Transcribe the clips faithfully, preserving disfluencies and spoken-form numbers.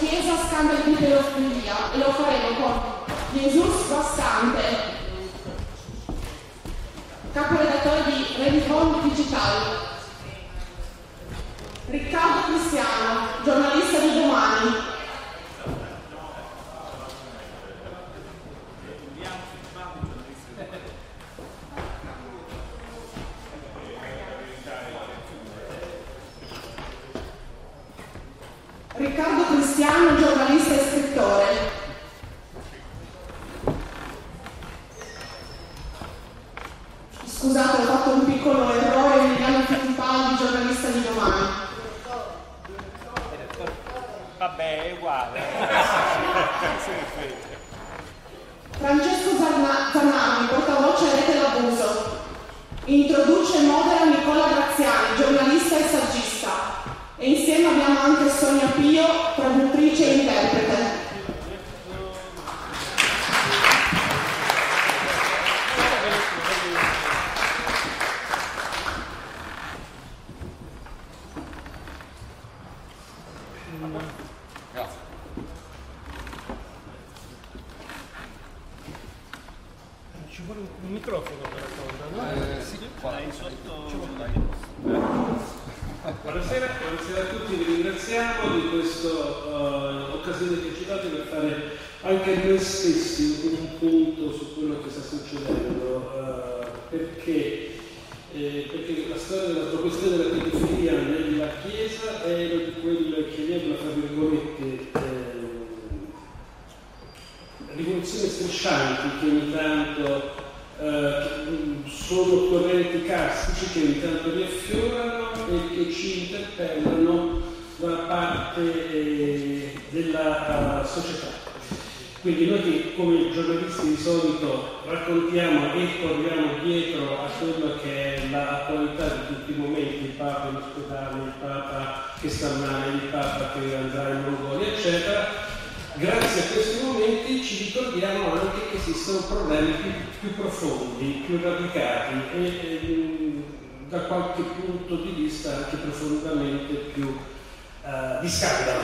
Chiesa scandali di pedofilia e lo faremo con Jesus Bastante, caporedattore di Redifond Digital, Riccardo Cristiano, giornalista di Domani, Riccardo Cristiano, giornalista e scrittore, scusate, ho fatto un piccolo errore, Emiliano Fittipaldi, giornalista di Domani. Vabbè, è uguale. Francesco Zanardi, portavoce Rete l'Abuso. Introduce e modera Nicola Graziani, giornalista e saggista. E insieme abbiamo anche Sonia Pio, traduttrice e interprete. Ci vuole un microfono per la cosa, no? Eh, sì, qua. Dai, sotto... Buonasera, buonasera a tutti, vi ringraziamo di questa uh, occasione che ci date per fare anche noi stessi un punto su quello che sta succedendo, uh, perché, eh, perché la storia della la questione della pedofilia nella Chiesa è di quelle che chiamiamo, tra virgolette, eh, rivoluzioni striscianti che ogni tanto Uh, sono correnti carsici che ogni tanto riaffiorano e che ci interpellano da parte eh, della uh, società. Quindi noi che come giornalisti di solito raccontiamo e corriamo dietro a quello che è l'attualità di tutti i momenti, il Papa in ospedale, il Papa che sta male, il Papa che andrà in Mongolia, eccetera, grazie a questi momenti ci ricordiamo anche che esistono problemi più, più profondi, più radicati e, e da qualche punto di vista anche profondamente più uh, di scandalo.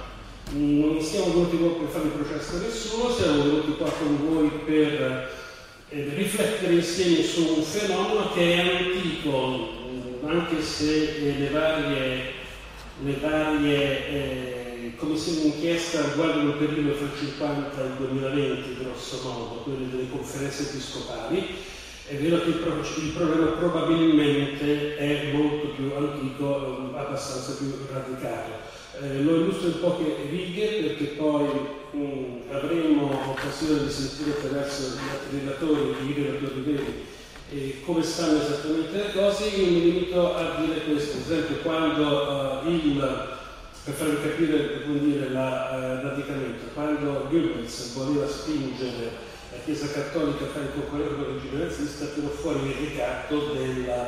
Non siamo venuti qua per fare il processo a nessuno, siamo venuti qua con voi per eh, riflettere insieme su un fenomeno che è antico, anche se eh, le varie, le varie eh, commissioni d'inchiesta riguardano il periodo fra il cinquanta e il duemilaventi, grosso modo, quelle delle conferenze episcopali. È vero che il, pro- il problema probabilmente è molto più antico, abbastanza più radicato. Eh, lo illustro in poche righe perché poi mh, avremo occasione di sentire attraverso gli altri relatori, i relatori veri, eh, come stanno esattamente le cose. Io mi limito a dire questo, ad esempio quando uh, il per farvi capire, per dire, la, eh, il radicamento, quando Goebbels voleva spingere la Chiesa Cattolica a fare il concorrente con il regime nazista, tirò fuori il ricatto della,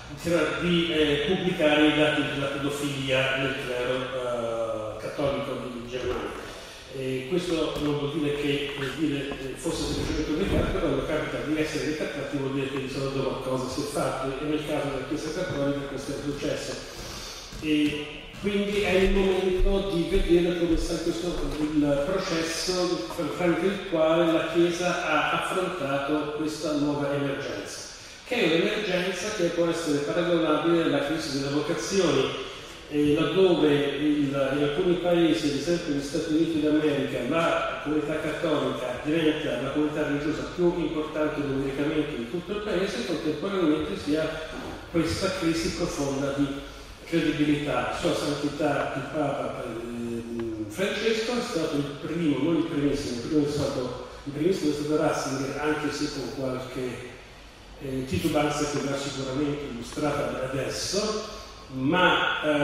di eh, pubblicare i dati della pedofilia nel clero eh, cattolico di Germania. E questo non vuol dire che vuol dire, fosse semplicemente un ricatto, quando capita di essere ricattati vuol dire che di solito qualcosa si è fatto, e nel caso della Chiesa Cattolica questo è successo. E, quindi è il momento di vedere come sta questo il processo tramite il quale la Chiesa ha affrontato questa nuova emergenza, che è un'emergenza che può essere paragonabile alla crisi delle vocazioni, eh, laddove il, in alcuni paesi, ad esempio negli Stati Uniti d'America, la comunità cattolica diventa la comunità religiosa più importante numericamente di tutto il paese, contemporaneamente si ha questa crisi profonda di credibilità. Sua Santità il Papa eh, Francesco è stato il primo, non il primissimo, il primo è stato, il primissimo è stato Ratzinger, anche se con qualche eh, titubanza che verrà sicuramente illustrata adesso, ma eh,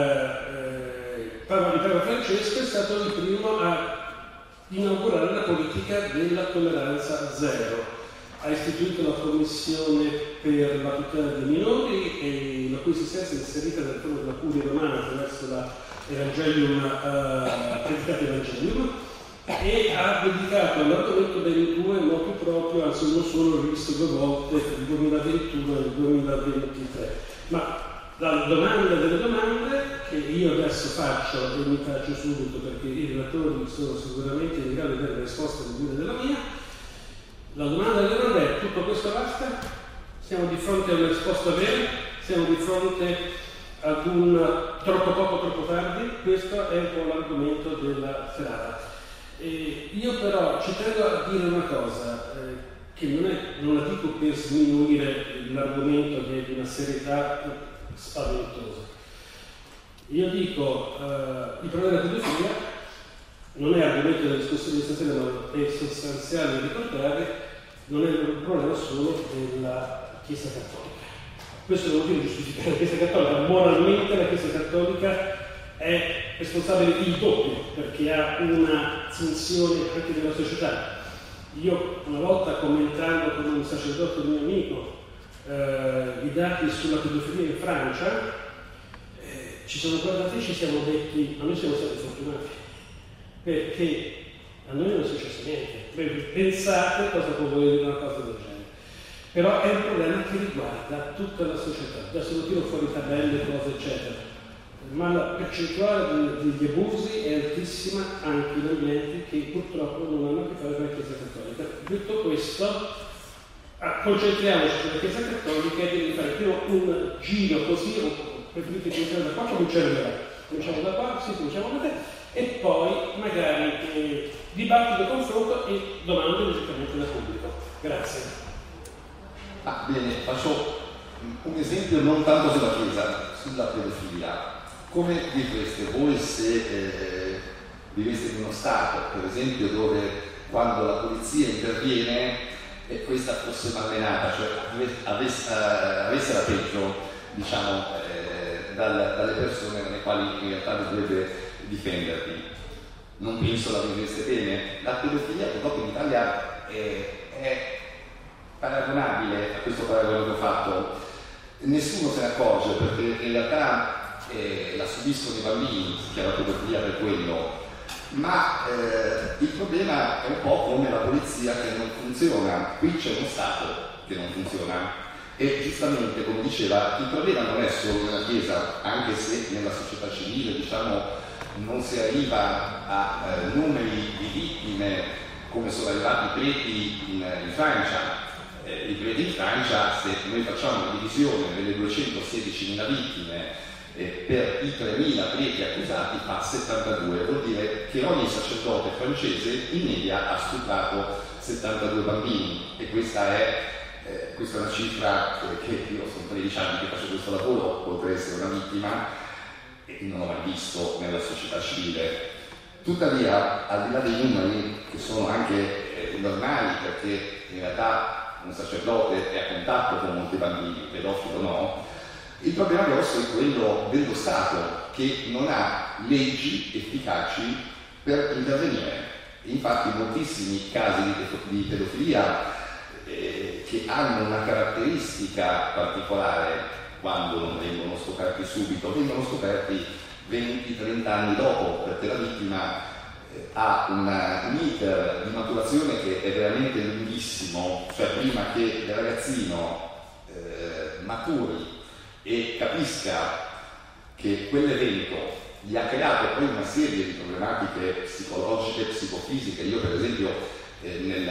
eh, Papa, il Papa Francesco è stato il primo a inaugurare la politica della tolleranza zero. Ha istituito la commissione per la tutela dei minori, e la cui esistenza è inserita nel riforma della Curia Romana attraverso l'Evangelium, uh, predicato Evangelium, e ha dedicato all'argomento dei due in modo proprio, anzi uno solo, rivisto due volte, per il duemilaventuno e il duemilaventitré. Ma la domanda delle domande che io adesso faccio e mi faccio subito perché i relatori sono sicuramente in grado di dare una risposta migliore della mia. La domanda delle domande è: tutto questo basta? Siamo di fronte a una risposta vera? Siamo di fronte ad un troppo poco, troppo tardi? Questo è un po' l'argomento della serata. E io però ci tengo a dire una cosa, eh, che non, è, non la dico per sminuire l'argomento che è di una serietà spaventosa. Io dico, eh, il problema della pedofilia non è argomento della discussione di stasera, ma è sostanziale da ricordare, non è un problema solo della Chiesa Cattolica. Questo non vuol dire giustificare la Chiesa Cattolica, moralmente la Chiesa Cattolica è responsabile il doppio, perché ha una funzione anche nella società. Io una volta commentando con un sacerdote mio amico eh, i dati sulla pedofilia in Francia, eh, ci sono guardati e ci siamo detti: ma noi siamo stati fortunati, perché a noi non è successo niente. Beh, pensate cosa può voler dire una cosa del genere. Però è un problema che riguarda tutta la società. Adesso non tiro fuori tabelle, cose eccetera, ma la percentuale degli abusi è altissima anche in ambienti che purtroppo non hanno a che fare con la Chiesa Cattolica. Detto questo, concentriamoci sulla Chiesa Cattolica e devi fare prima un giro così, o preferite cominciare da qua, cominciare da là. Cominciamo da qua, sì, cominciamo da te, e poi magari eh, dibattito, confronto e domande logicamente da pubblico. Grazie. Ah, bene, faccio un esempio non tanto sulla Chiesa, sulla pedofilia. Come vivreste voi se eh, viveste in uno Stato, per esempio, dove quando la polizia interviene e questa fosse malmenata, cioè avesse, avesse la peggio, diciamo, eh, dal, dalle persone dalle quali in realtà dovrebbe difendervi? Non penso la vivreste bene. La pedofilia purtroppo in Italia è, è paragonabile a questo paragone che ho fatto. Nessuno se ne accorge perché in realtà Eh, la subiscono i bambini, si chiama pedofilia per quello, ma eh, il problema è un po' come la polizia che non funziona. Qui c'è uno Stato che non funziona e giustamente, come diceva, il problema non è solo nella Chiesa, anche se nella società civile, diciamo, non si arriva a eh, numeri di vittime come sono arrivati i preti in, in Francia. Eh, i preti in Francia, se noi facciamo una divisione delle duecentosedici vittime Eh, per i tremila preti accusati fa settantadue, vuol dire che ogni sacerdote francese in media ha stuprato settantadue bambini, e questa è, eh, questa è una cifra eh, che io sono tredici anni che faccio questo lavoro, oltre ad essere una vittima, e non ho mai visto nella società civile. Tuttavia, al di là dei numeri, che sono anche eh, normali, perché in realtà un sacerdote è a contatto con molti bambini, pedofilo o no, il problema grosso è quello dello Stato, che non ha leggi efficaci per intervenire. Infatti moltissimi casi di pedofilia eh, che hanno una caratteristica particolare, quando non vengono scoperti subito, vengono scoperti venti trenta anni dopo, perché la vittima eh, ha una, un iter di maturazione che è veramente lunghissimo, cioè prima che il ragazzino eh, maturi e capisca che quell'evento gli ha creato poi una serie di problematiche psicologiche, psicofisiche. Io per esempio eh, nel,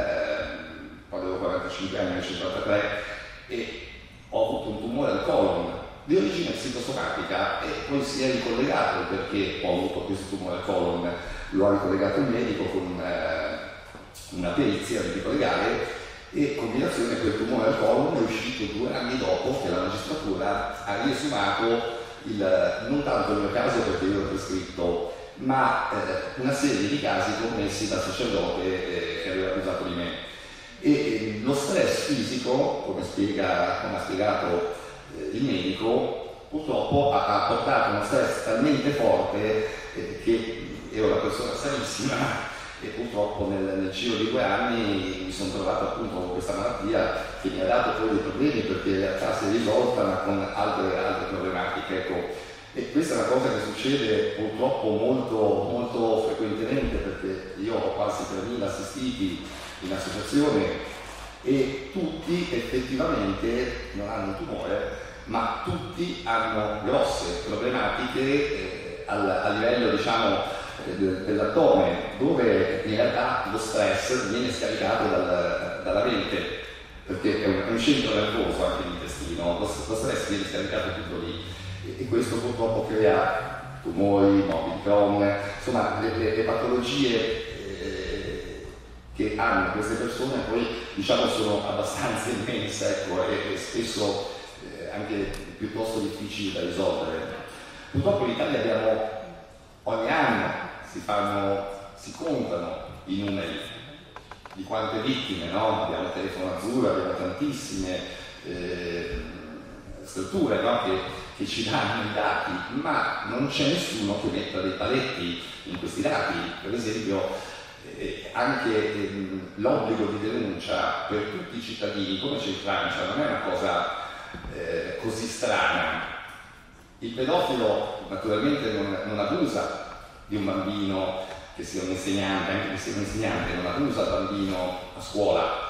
quando avevo quarantacinque anni, nel cinquantatré, e ho avuto un tumore al colon di origine psicosomatica, e poi si è ricollegato perché ho avuto questo tumore al colon, lo ha ricollegato il medico con eh, una perizia medico-legale, e combinazione quel tumore al colon è uscito due anni dopo che la magistratura ha riesumato il, non tanto il mio caso perché io ero prescritto, ma eh, una serie di casi commessi dal sacerdote eh, che aveva accusato di me. E eh, lo stress fisico, come, spiega, come ha spiegato eh, il medico, purtroppo ha, ha portato uno stress talmente forte eh, che ero una persona sanissima, e purtroppo nel, nel giro di due anni mi sono trovato appunto con questa malattia che mi ha dato poi dei problemi, perché in realtà si è risolta ma con altre, altre problematiche, ecco. E questa è una cosa che succede purtroppo molto, molto frequentemente, perché io ho quasi tremila assistiti in associazione e tutti effettivamente non hanno un tumore, ma tutti hanno grosse problematiche eh, al, a livello, diciamo, eh, dell'addome, dove in realtà lo stress viene scaricato dal, dalla mente, perché è un, è un centro nervoso anche l'intestino, lo, lo stress viene scaricato tutto lì, e, e questo purtroppo crea tumori, morbi di Crohn, insomma le, le, le patologie eh, che hanno queste persone poi, diciamo, sono abbastanza immense, ecco, e, e spesso eh, anche piuttosto difficili da risolvere. Purtroppo in Italia abbiamo, ogni anno si fanno, si contano i numeri di quante vittime, no? Abbiamo Telefono Azzurro, abbiamo tantissime eh, strutture, no? che, che ci danno i dati, ma non c'è nessuno che metta dei paletti in questi dati. Per esempio eh, anche eh, l'obbligo di denuncia per tutti i cittadini, come c'è in Francia, non è una cosa eh, così strana. Il pedofilo naturalmente non, non abusa di un bambino che sia un insegnante, anche che sia un insegnante, non abusa il bambino a scuola,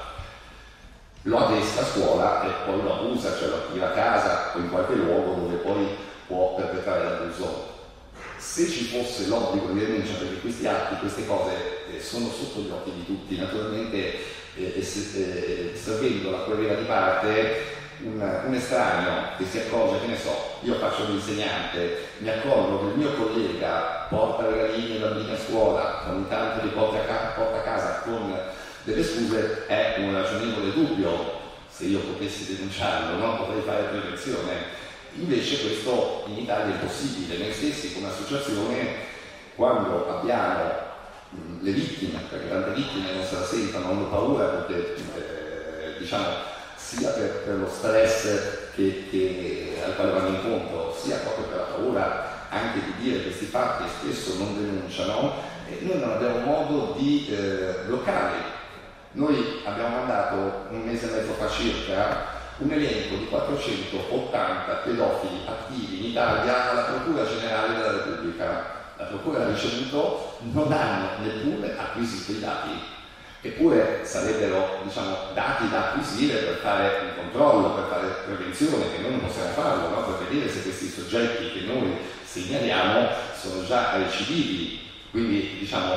lo adesca a scuola e poi lo abusa, cioè lo tira a casa o in qualche luogo dove poi può perpetrare l'abuso. Se ci fosse l'obbligo di denuncia, perché questi atti, queste cose eh, sono sotto gli occhi di tutti, naturalmente eh, eh, servendo la corriera di parte, un, un estraneo che si accorge, che ne so, io faccio l'insegnante, mi accorgo che il mio collega porta regalini ai bambini a scuola, ogni tanto li porta a, ca- porta a casa con delle scuse, è un ragionevole dubbio. Se io potessi denunciarlo, no? Potrei fare prevenzione. Invece questo in Italia è impossibile. Noi stessi come associazione, quando abbiamo mh, le vittime, perché tante vittime non se la sentono, hanno paura perché eh, diciamo sia per, per lo stress che, che, al quale vanno incontro, sia proprio per la paura anche di dire questi fatti, e spesso non denunciano, e noi non abbiamo modo di eh, bloccarli. Noi abbiamo mandato un mese e mezzo fa circa un elenco di quattrocentottanta pedofili attivi in Italia alla Procura Generale della Repubblica. La Procura ha ricevuto, non hanno neppure acquisito i dati, eppure sarebbero, diciamo, dati da acquisire per fare un controllo, per fare prevenzione, che noi non possiamo farlo, no? Per vedere se questi soggetti che noi segnaliamo sono già recidivi. Quindi, diciamo,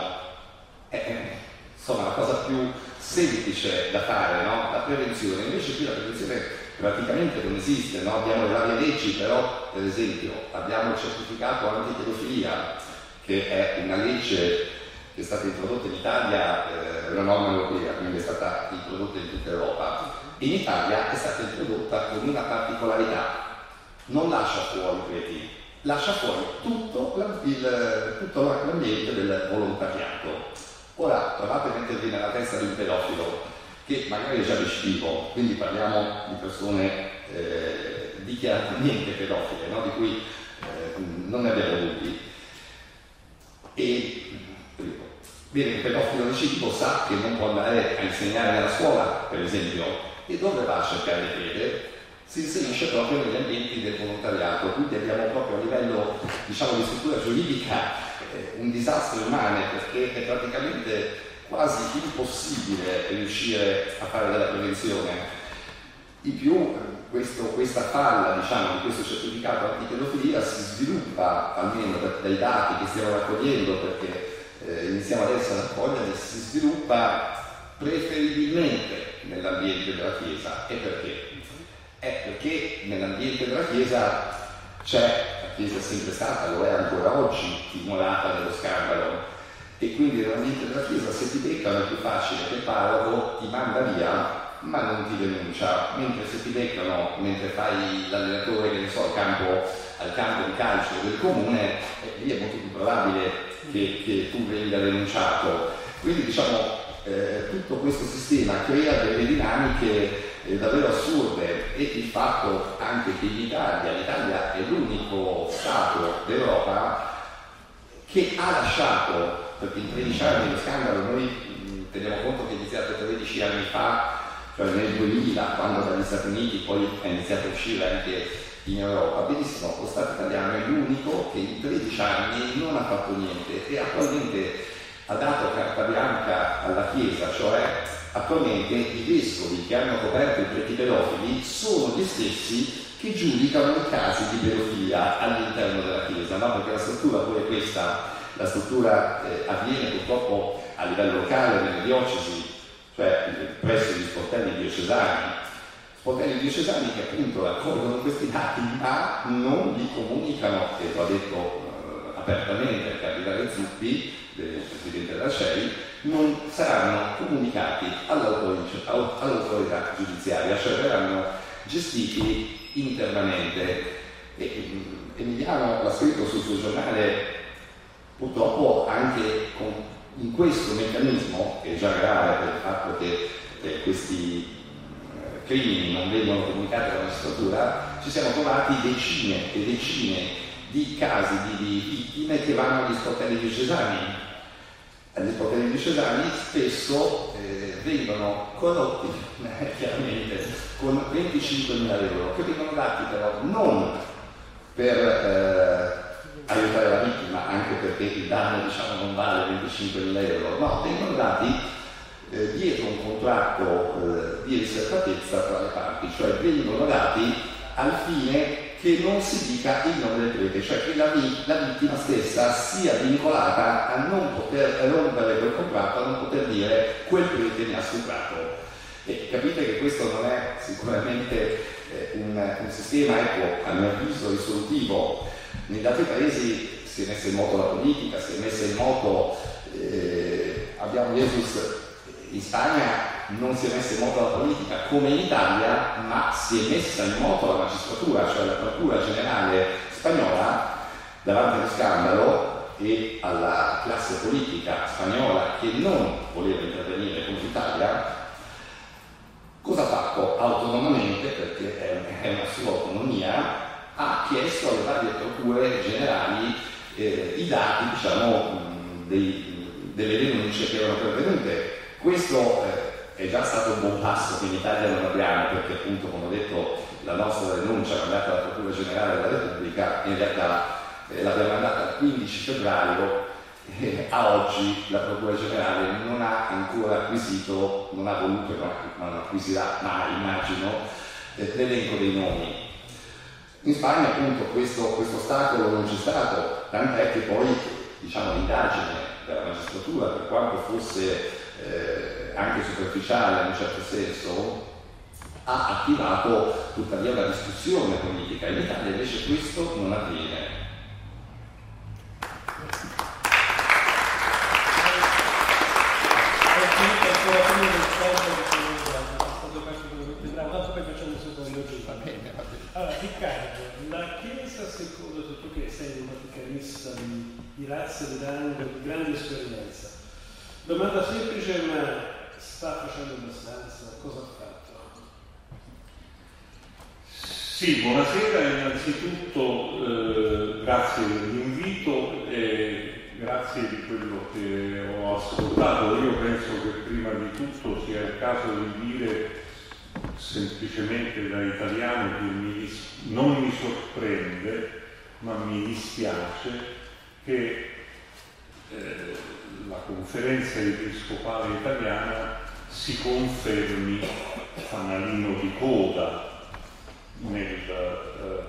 è insomma la cosa più semplice da fare, no? La prevenzione. Invece qui la prevenzione praticamente non esiste, no? Abbiamo le varie leggi, però per esempio abbiamo il certificato antipedofilia, che è una legge che è stata introdotta in Italia, eh, una norma europea, quindi è stata introdotta in tutta Europa. In Italia è stata introdotta con una particolarità: non lascia fuori i preti, lascia fuori tutto, la, il, tutto l'ambiente del volontariato. Ora provate a mettervi nella testa di un pedofilo che magari è già recidivo, quindi parliamo di persone eh, dichiaratamente pedofile, no? Di cui eh, non ne abbiamo dubbi. E bene, un pedofilo recidivo sa che non può andare a insegnare nella scuola, per esempio, e dove va a cercare fede? Si inserisce proprio negli ambienti del volontariato. Quindi abbiamo proprio a livello, diciamo, di struttura giuridica un disastro immane, perché è praticamente quasi impossibile riuscire a fare della prevenzione. In più questo, questa falla, diciamo, di questo certificato antipedofilia si sviluppa, almeno dai dati che stiamo raccogliendo, perché eh, iniziamo adesso a raccoglierli, si sviluppa preferibilmente nell'ambiente della Chiesa. E perché? È perché nell'ambiente della Chiesa c'è, la Chiesa è sempre stata, lo è ancora oggi, timorata dello scandalo, e quindi nell'ambiente della Chiesa se ti beccano è più facile che il parroco ti manda via ma non ti denuncia, mentre se ti beccano mentre fai l'allenatore, che ne so, al campo, al campo di calcio del comune, eh, lì è molto più probabile che, che tu venga denunciato. Quindi diciamo eh, tutto questo sistema crea delle dinamiche eh, davvero assurde, e il fatto anche che in Italia, l'Italia è l'unico Stato d'Europa che ha lasciato, perché in tredici anni lo scandalo, noi mh, teniamo conto che è iniziato tredici anni fa, cioè nel duemila, quando dagli Stati Uniti poi è iniziato a uscire anche in Europa. Benissimo, lo Stato italiano è l'unico che in tredici anni non ha fatto niente e attualmente ha dato carta bianca alla Chiesa, cioè attualmente i vescovi che hanno coperto i preti pedofili sono gli stessi che giudicano i casi di pedofilia all'interno della Chiesa, no? Perché la struttura poi è questa, la struttura eh, avviene purtroppo a livello locale nelle diocesi, cioè presso gli sportelli diocesani, sportelli diocesani che appunto raccolgono questi dati ma non li comunicano, e lo ha detto eh, apertamente il cardinale Zuppi, del Presidente della C E I, non saranno comunicati all'autorità giudiziaria, cioè verranno gestiti internamente. E, Emiliano l'ha scritto sul suo giornale, purtroppo anche con, in questo meccanismo, che è già grave per il fatto che eh, questi eh, crimini non vengono comunicati alla magistratura, ci siamo trovati decine e decine di casi di, di vittime che vanno agli sportelli diocesani. Agli sportelli diocesani spesso eh, vengono corrotti eh, chiaramente con venticinquemila euro, che vengono dati però non per eh, aiutare la vittima, anche perché il danno diciamo non vale venticinquemila euro, no, vengono dati eh, dietro un contratto eh, di riservatezza tra le parti, cioè vengono dati al fine che non si dica il nome del prete, cioè che la, la vittima stessa sia vincolata a non poter rompere quel contratto, a non poter dire quel prete mi ha stuprato. E capite che questo non è sicuramente eh, un, un sistema, ecco, a mio avviso risolutivo. Negli altri paesi si è messa in moto la politica, si è messa in moto, eh, abbiamo Jesus in Spagna, non si è messa in moto la politica come in Italia, ma si è messa in moto la magistratura, cioè la Procura Generale spagnola, davanti allo scandalo e alla classe politica spagnola che non voleva intervenire come l'Italia. Cosa ha fatto? Autonomamente, perché è una sua autonomia, ha chiesto alle varie procure generali eh, i dati, diciamo, dei, delle denunce che erano pervenute. Questo eh, è già stato un buon passo che in Italia non abbiamo, perché appunto, come ho detto, la nostra denuncia mandata alla Procura Generale della Repubblica in realtà eh, l'abbiamo mandata il quindici febbraio e a oggi la Procura Generale non ha ancora acquisito, non ha voluto, non acquisirà mai, immagino, eh, l'elenco dei nomi. In Spagna appunto questo, questo ostacolo non c'è stato, tant'è che poi, diciamo, l'indagine della magistratura, per quanto fosse Eh, anche superficiale in un certo senso, ha attivato tuttavia una discussione politica. In Italia invece questo non avviene. Allora, Riccardo, la Chiesa, secondo te, tu che sei un vaticanista di, di razza, di rango, di grande esperienza, domanda semplice, ma sta facendo abbastanza? Cosa ha fatto? Sì, buonasera, innanzitutto eh, grazie dell'invito e grazie di quello che ho ascoltato. Io penso che prima di tutto sia il caso di dire semplicemente da italiano che mi, non mi sorprende, ma mi dispiace che eh, la conferenza episcopale italiana si confermi fanalino di coda nel eh,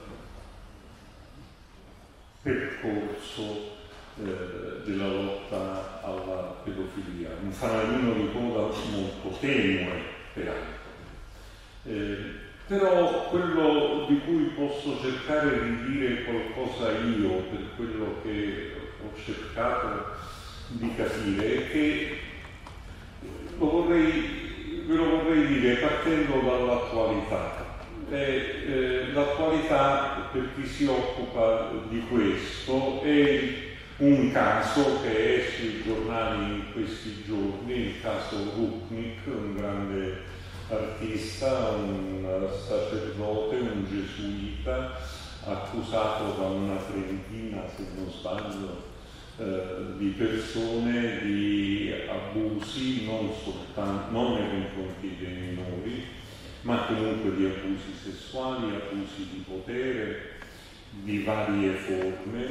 percorso eh, della lotta alla pedofilia, un fanalino di coda molto tenue peraltro. Eh, però quello di cui posso cercare di dire qualcosa io, per quello che ho cercato di capire, è che lo vorrei, ve lo vorrei dire partendo dall'attualità. Eh, eh, l'attualità, per chi si occupa di questo, è un caso che è sui giornali in questi giorni, il caso Rupnik, un grande artista, un sacerdote, un gesuita, accusato da una trentina, se non sbaglio, eh, di persone, di abusi, non soltanto, non nei confronti dei minori, ma comunque di abusi sessuali, abusi di potere, di varie forme,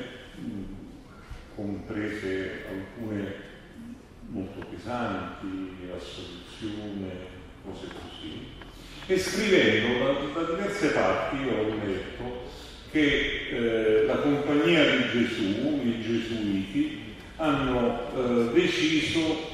comprese alcune molto pesanti, assoluzione, cose così. E scrivendo da, da diverse parti io ho letto che eh, la Compagnia di Gesù, i gesuiti, hanno eh, deciso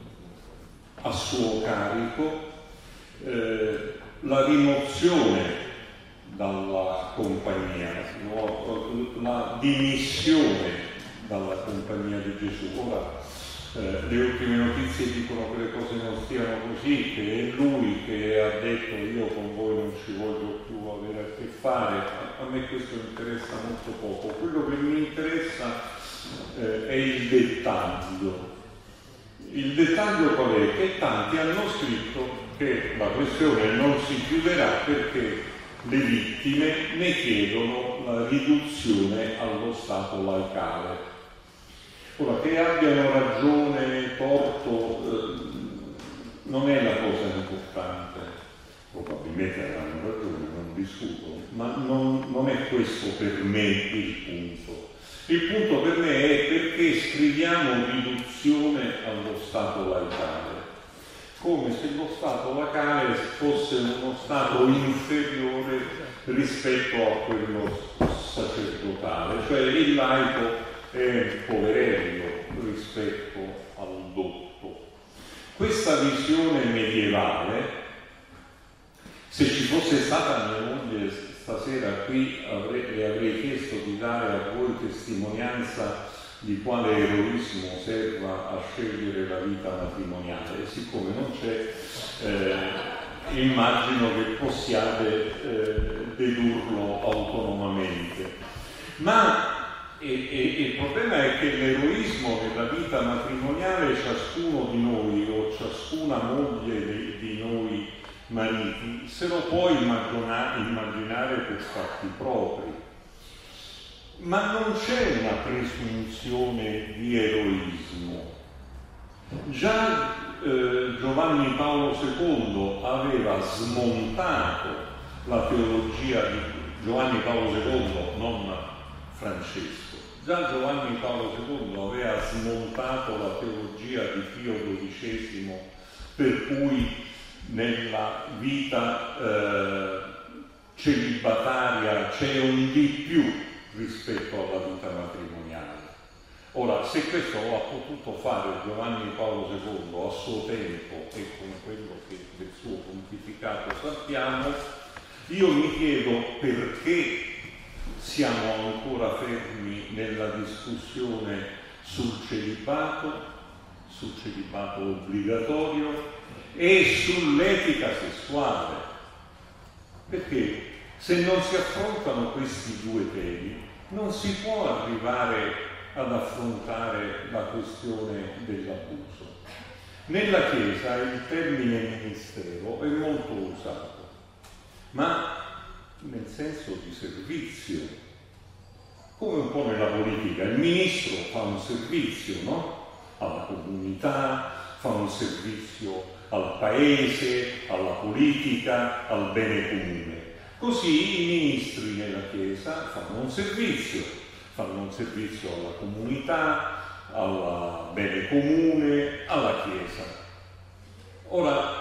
a suo carico eh, la rimozione dalla compagnia, no? La dimissione dalla Compagnia di Gesù. Ora eh, le ultime notizie dicono che le cose non stiano così, che è lui che ha detto io con voi non ci voglio più avere a che fare. A me questo interessa molto poco. Quello che mi interessa eh, è il dettaglio. Il dettaglio qual è? Che tanti hanno scritto che la questione non si chiuderà perché le vittime ne chiedono la riduzione allo stato laicale. Ora, che abbiano ragione, torto, eh, non è la cosa importante. Probabilmente avranno ragione, non discuto, ma non, non è questo per me il punto. Il punto per me è perché scriviamo riduzione allo stato laicale, come se lo stato laicale fosse uno stato inferiore rispetto a quello sacerdotale, cioè il laico è un poverello rispetto al dotto. Questa visione medievale, se ci fosse stata mia moglie stasera qui, avrei, le avrei chiesto di dare a voi testimonianza di quale eroismo serva a scegliere la vita matrimoniale. E siccome non c'è, eh, immagino che possiate eh, dedurlo autonomamente. Ma e, e, il problema è che l'eroismo nella vita matrimoniale, ciascuno di noi o ciascuna moglie di, di noi mariti se lo può immaginare, immaginare per fatti propri. Ma non c'è una presunzione di eroismo. Già eh, Giovanni Paolo secondo aveva smontato la teologia di Giovanni Paolo secondo, non Francesco. Già Giovanni Paolo secondo aveva smontato la teologia di Pio dodicesimo, per cui nella vita eh, celibataria c'è un di più rispetto alla vita matrimoniale. Ora, se questo lo ha potuto fare Giovanni Paolo secondo a suo tempo e con quello che del suo pontificato sappiamo, io mi chiedo perché siamo ancora fermi nella discussione sul celibato, sul celibato obbligatorio e sull'etica sessuale. Perché se non si affrontano questi due temi, non si può arrivare ad affrontare la questione dell'abuso. Nella Chiesa il termine ministero è molto usato, ma nel senso di servizio, come un po' nella politica. Il ministro fa un servizio, no? Alla comunità, fa un servizio al paese, alla politica, al bene comune. Così i ministri nella Chiesa fanno un servizio, fanno un servizio alla comunità, al bene comune, alla Chiesa. Ora,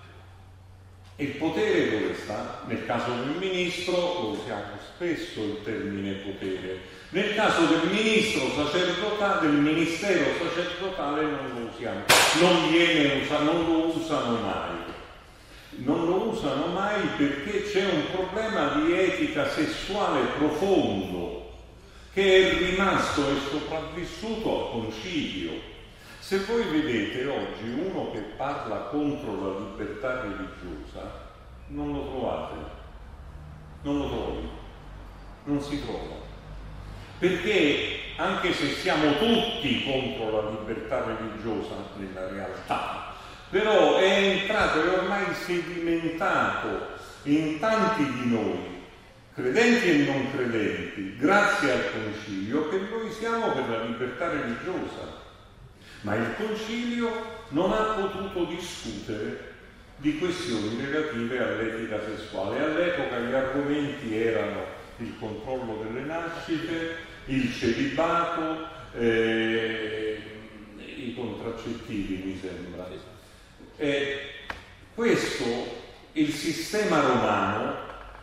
il potere dove sta? Nel caso del ministro lo usiamo spesso il termine potere. Nel caso del ministro sacerdotale, del ministero sacerdotale non lo usiamo, non viene usato, non lo usano mai. Non lo usano mai perché c'è un problema di etica sessuale profondo che è rimasto e sopravvissuto al concilio. Se voi vedete oggi uno che parla contro la libertà religiosa, non lo trovate, non lo trovi, non si trova. Perché anche se siamo tutti contro la libertà religiosa nella realtà, però è entrato e ormai sedimentato in tanti di noi, credenti e non credenti, grazie al Concilio, che noi siamo per la libertà religiosa. Ma il Concilio non ha potuto discutere di questioni relative all'etica sessuale. All'epoca gli argomenti erano il controllo delle nascite, il celibato, eh, i contraccettivi, mi sembra. E questo, il sistema romano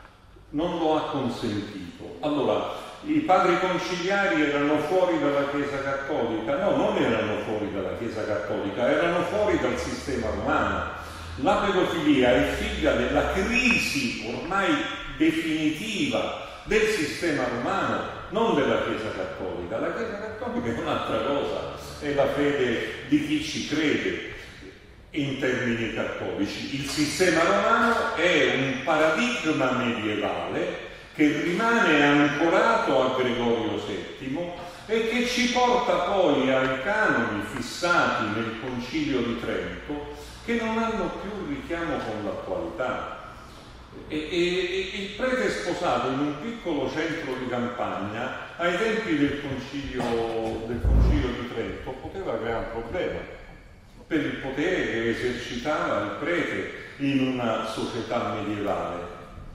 non lo ha consentito. Allora, i padri conciliari erano fuori dalla Chiesa cattolica? No, non erano fuori dalla Chiesa cattolica, erano fuori dal sistema romano. La pedofilia è figlia della crisi ormai definitiva del sistema romano, non della Chiesa cattolica. La Chiesa cattolica è un'altra cosa, è la fede di chi ci crede in termini cattolici. Il sistema romano è un paradigma medievale che rimane ancorato a Gregorio settimo e che ci porta poi ai canoni fissati nel Concilio di Trento, che non hanno più richiamo con l'attualità. E, e, e il prete sposato in un piccolo centro di campagna ai tempi del concilio, del concilio di Trento poteva creare un problema per il potere che esercitava il prete in una società medievale.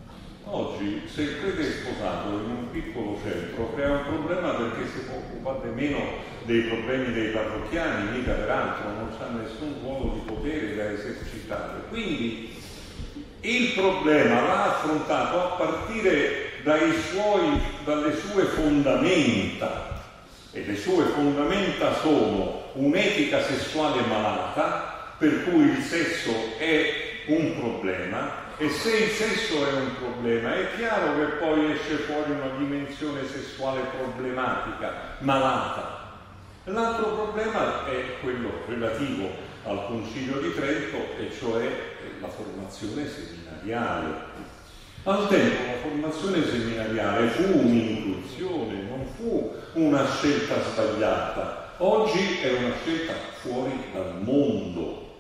Oggi, se il prete è sposato in un piccolo centro, crea un problema perché si può occupare meno dei problemi dei parrocchiani, mica peraltro non c'ha nessun ruolo di potere da esercitare. Quindi il problema va affrontato a partire dai suoi, dalle sue fondamenta, e le sue fondamenta sono un'etica sessuale malata, per cui il sesso è un problema, e se il sesso è un problema è chiaro che poi esce fuori una dimensione sessuale problematica, malata. L'altro problema è quello relativo al Concilio di Trento, e cioè la formazione seminariale. Al tempo la formazione seminariale fu un'inclusione, non fu una scelta sbagliata. Oggi è una scelta fuori dal mondo,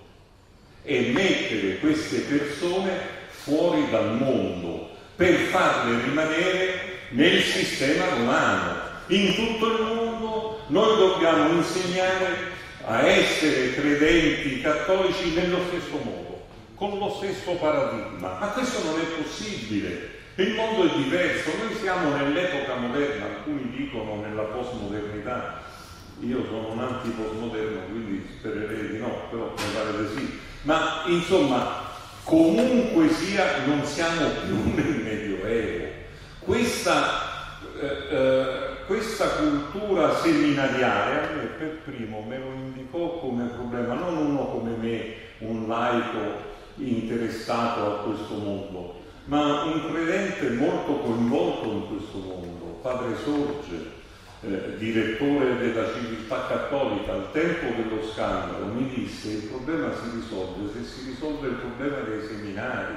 e mettere queste persone fuori dal mondo per farle rimanere nel sistema romano. In tutto il mondo noi dobbiamo insegnare a essere credenti cattolici nello stesso modo, con lo stesso paradigma, ma questo non è possibile. Il mondo è diverso, noi siamo nell'epoca moderna, alcuni dicono nella postmodernità. Io sono un anti-postmoderno, quindi spererei di no, però mi pare di sì. Ma insomma, comunque sia, non siamo più nel Medioevo. Questa, eh, eh, questa cultura seminariale a me per primo me lo indicò come problema, non uno come me, un laico interessato a questo mondo, ma un credente molto coinvolto in questo mondo, padre Sorge, Eh, direttore della civiltà cattolica al tempo dello scandalo, mi disse: il problema si risolve se si risolve il problema dei seminari.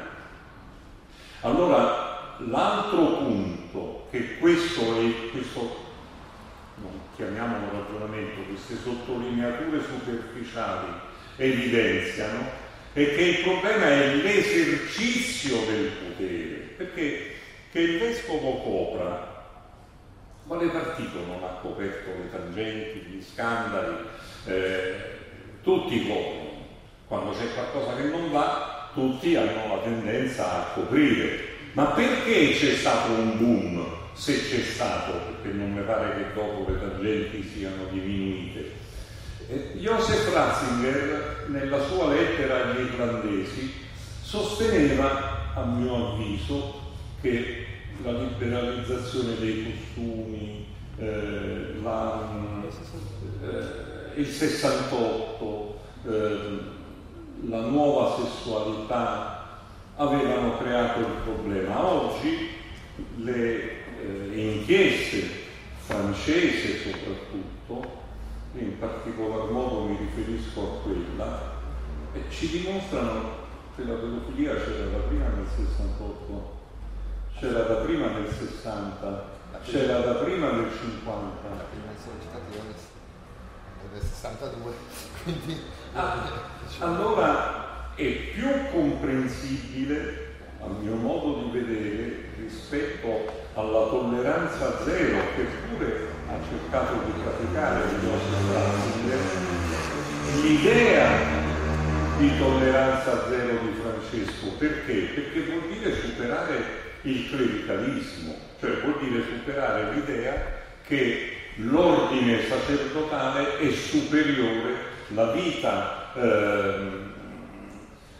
Allora, l'altro punto che questo è, questo non chiamiamolo ragionamento, queste sottolineature superficiali evidenziano, è che il problema è l'esercizio del potere, perché che il vescovo copra, quale partito non ha coperto le tangenti, gli scandali? Eh, tutti coprono. Quando c'è qualcosa che non va, tutti hanno la tendenza a coprire. Ma perché c'è stato un boom, se c'è stato? Perché non mi pare che dopo le tangenti siano diminuite. Eh, Joseph Ratzinger, nella sua lettera agli irlandesi, sosteneva, a mio avviso, che la liberalizzazione dei costumi, eh, la, eh, il sessantotto, eh, la nuova sessualità avevano creato il problema. Oggi le eh, inchieste francesi soprattutto, in particolar modo mi riferisco a quella, eh, ci dimostrano che la pedofilia c'era da prima nel sessantotto, c'era da prima del sessanta, c'era da prima del cinquanta. La prima sollecitazione del sessantadue, quindi... Ah, allora è più comprensibile, a mio modo di vedere, rispetto alla tolleranza zero che pure ha cercato di praticare il nostro Ratzinger, l'idea di tolleranza zero di Francesco. Perché? Perché vuol dire superare il clericalismo, cioè vuol dire superare l'idea che l'ordine sacerdotale è superiore, la vita, eh,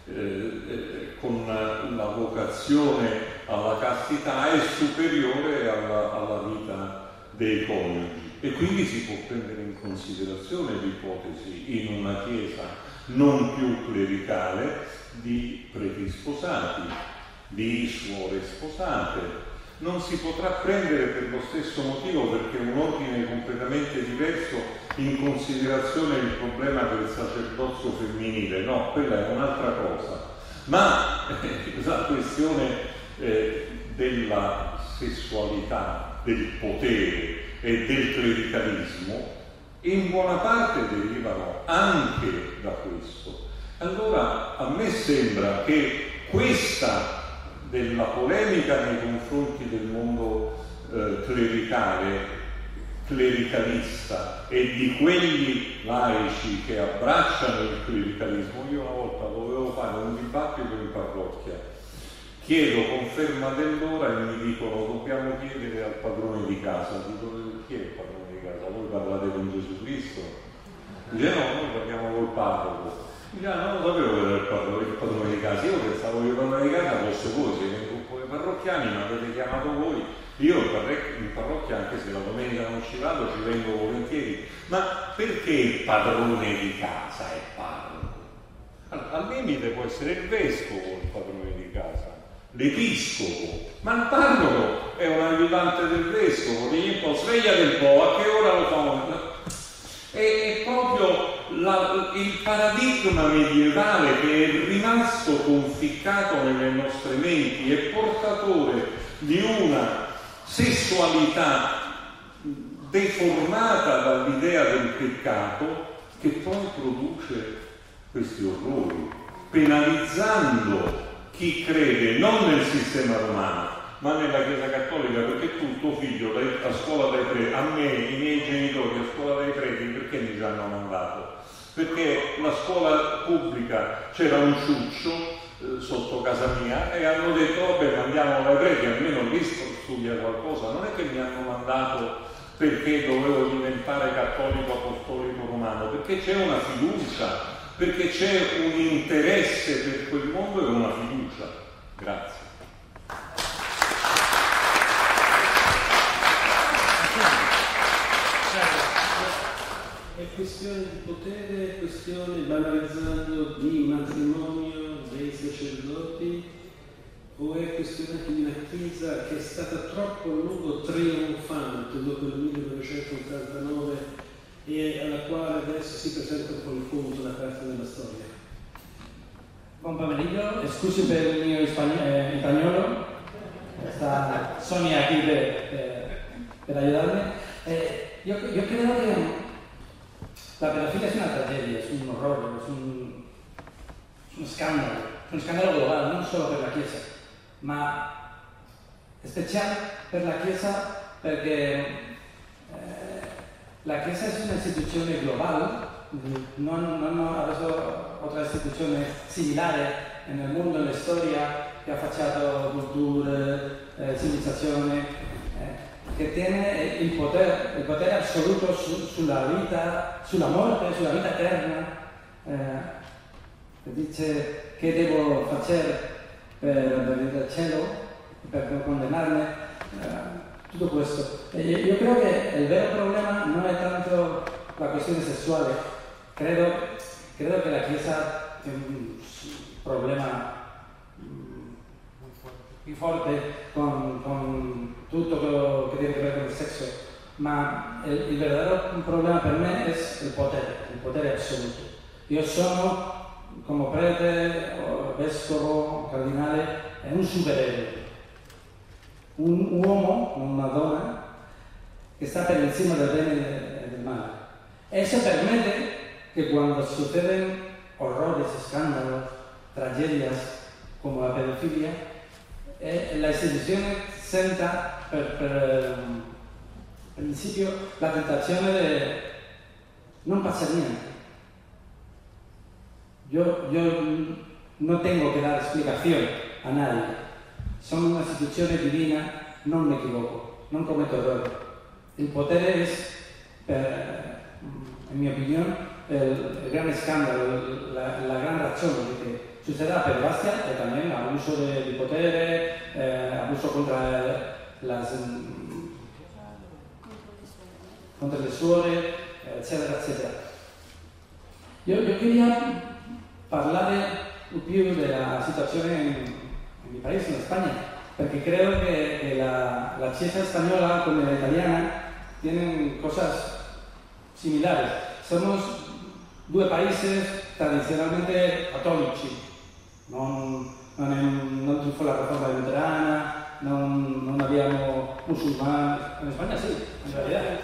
eh, con la vocazione alla castità è superiore alla, alla vita dei coniugi, e quindi si può prendere in considerazione l'ipotesi in una chiesa non più clericale di preti sposati, di suore sposate. Non si potrà prendere per lo stesso motivo, perché è un ordine completamente diverso, in considerazione il problema del sacerdozio femminile. No, quella è un'altra cosa. Ma eh, la questione eh, della sessualità, del potere e del clericalismo in buona parte derivano anche da questo. Allora a me sembra che questa della polemica nei confronti del mondo eh, clericale, clericalista, e di quelli laici che abbracciano il clericalismo. Io una volta dovevo fare un dibattito in parrocchia, chiedo conferma dell'ora e mi dicono dobbiamo chiedere al padrone di casa. Dico, chi è il padrone di casa? Voi parlate con Gesù Cristo? Dice no, noi parliamo col parroco. Dice ah, non lo sapevo che era il padrone, il padrone di casa. Io pensavo che il padrone di casa fosse voi, siete un gruppo di parrocchiani, mi avete chiamato voi. Io in parrocchia, anche se la domenica non ci vado, ci vengo volentieri. Ma perché il padrone di casa è parroco? Allora, al limite può essere il vescovo il padrone di casa, l'episcopo, ma il parroco è un aiutante del vescovo, digli un po', svegliate un po', a che ora lo fanno? È, è proprio la, il paradigma medievale che è rimasto conficcato nelle nostre menti, è portatore di una sessualità deformata dall'idea del peccato, che poi produce questi orrori, penalizzando chi crede non nel sistema romano ma nella Chiesa Cattolica, perché tu, tuo figlio, dai, a scuola dai preti, a me, i miei genitori a scuola dai preti, perché mi ci hanno mandato? Perché la scuola pubblica c'era un ciuccio eh, sotto casa mia e hanno detto vabbè, mandiamo dai preti, almeno lì studia qualcosa. Non è che mi hanno mandato perché dovevo diventare cattolico apostolico romano, perché c'è una fiducia, perché c'è un interesse per quel mondo e una fiducia. Grazie. È questione di potere, è questione, banalizzando, di matrimonio dei sacerdoti, o è questione anche di una Chiesa che è stata troppo a lungo trionfante dopo il millenovecentottantanove e alla quale adesso si presenta un po' il conto da parte della storia? Buon pomeriggio, scusi per il mio eh, italiano, sta Sonia qui per, per, per aiutarmi. Eh, io, io credo che la pedofilia è una tragedia, è un orrore, è un, uno scandalo, è uno scandalo globale, non solo per la Chiesa, ma è speciale per la Chiesa perché eh, la Chiesa è un'istituzione globale, non, non ha avuto altra istituzione similare nel mondo, nella storia, che ha affacciato culture, eh, civilizzazione, eh, che tiene il potere, il potere assoluto su, sulla vita, sulla morte, sulla vita eterna, eh, che dice che devo fare per venire al cielo, per non condannarmi, eh, tutto questo. E io credo che il vero problema non è tanto la questione sessuale, credo, credo che la Chiesa è un problema più forte con, con tutto quello che tiene a che vedere con il sesso, ma il, il vero problema per me è il potere, il potere assoluto. Io sono, come prete, o vescovo, cardinale, un supereroe, un uomo, non una donna, che sta per encima del bene e del male. Esso permette che quando succedono orrori, scandali, tragedie come la pedofilia, e la istituzione senta per, per principio la tentazione di non passare niente. Io, io non tengo che dare spiegazioni a nadie, sono una istituzione divina, non mi equivoco, non commetto errori. Il potere è per in mia opinione, il, il grande scandalo, la, la gran ragione che succederà per Bastia è también abuso de, de potere, eh, abuso contra las, contra le suore, eccetera, eccetera. Io, io quería parlare un più della situazione in, in mi paese, in Spagna, perché credo che, che la, la Chiesa spagnola come la italiana tienen cosas similares. Somos due paesi tradizionalmente cattolici, non, non, è, non ci fu la riforma luterana, non, non abbiamo musulmani, in Spagna sì, in realtà.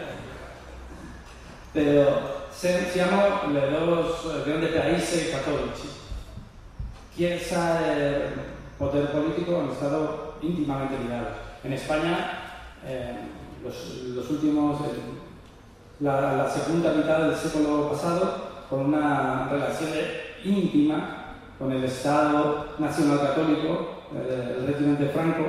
Però se, siamo i due grandi paesi cattolici. Chiesa e poder político han estado íntimamente ligados. En España, eh, los, los últimos, eh, la, la segunda mitad del siglo pasado, con una relación íntima con el Estado Nacional Católico, eh, el régimen de Franco.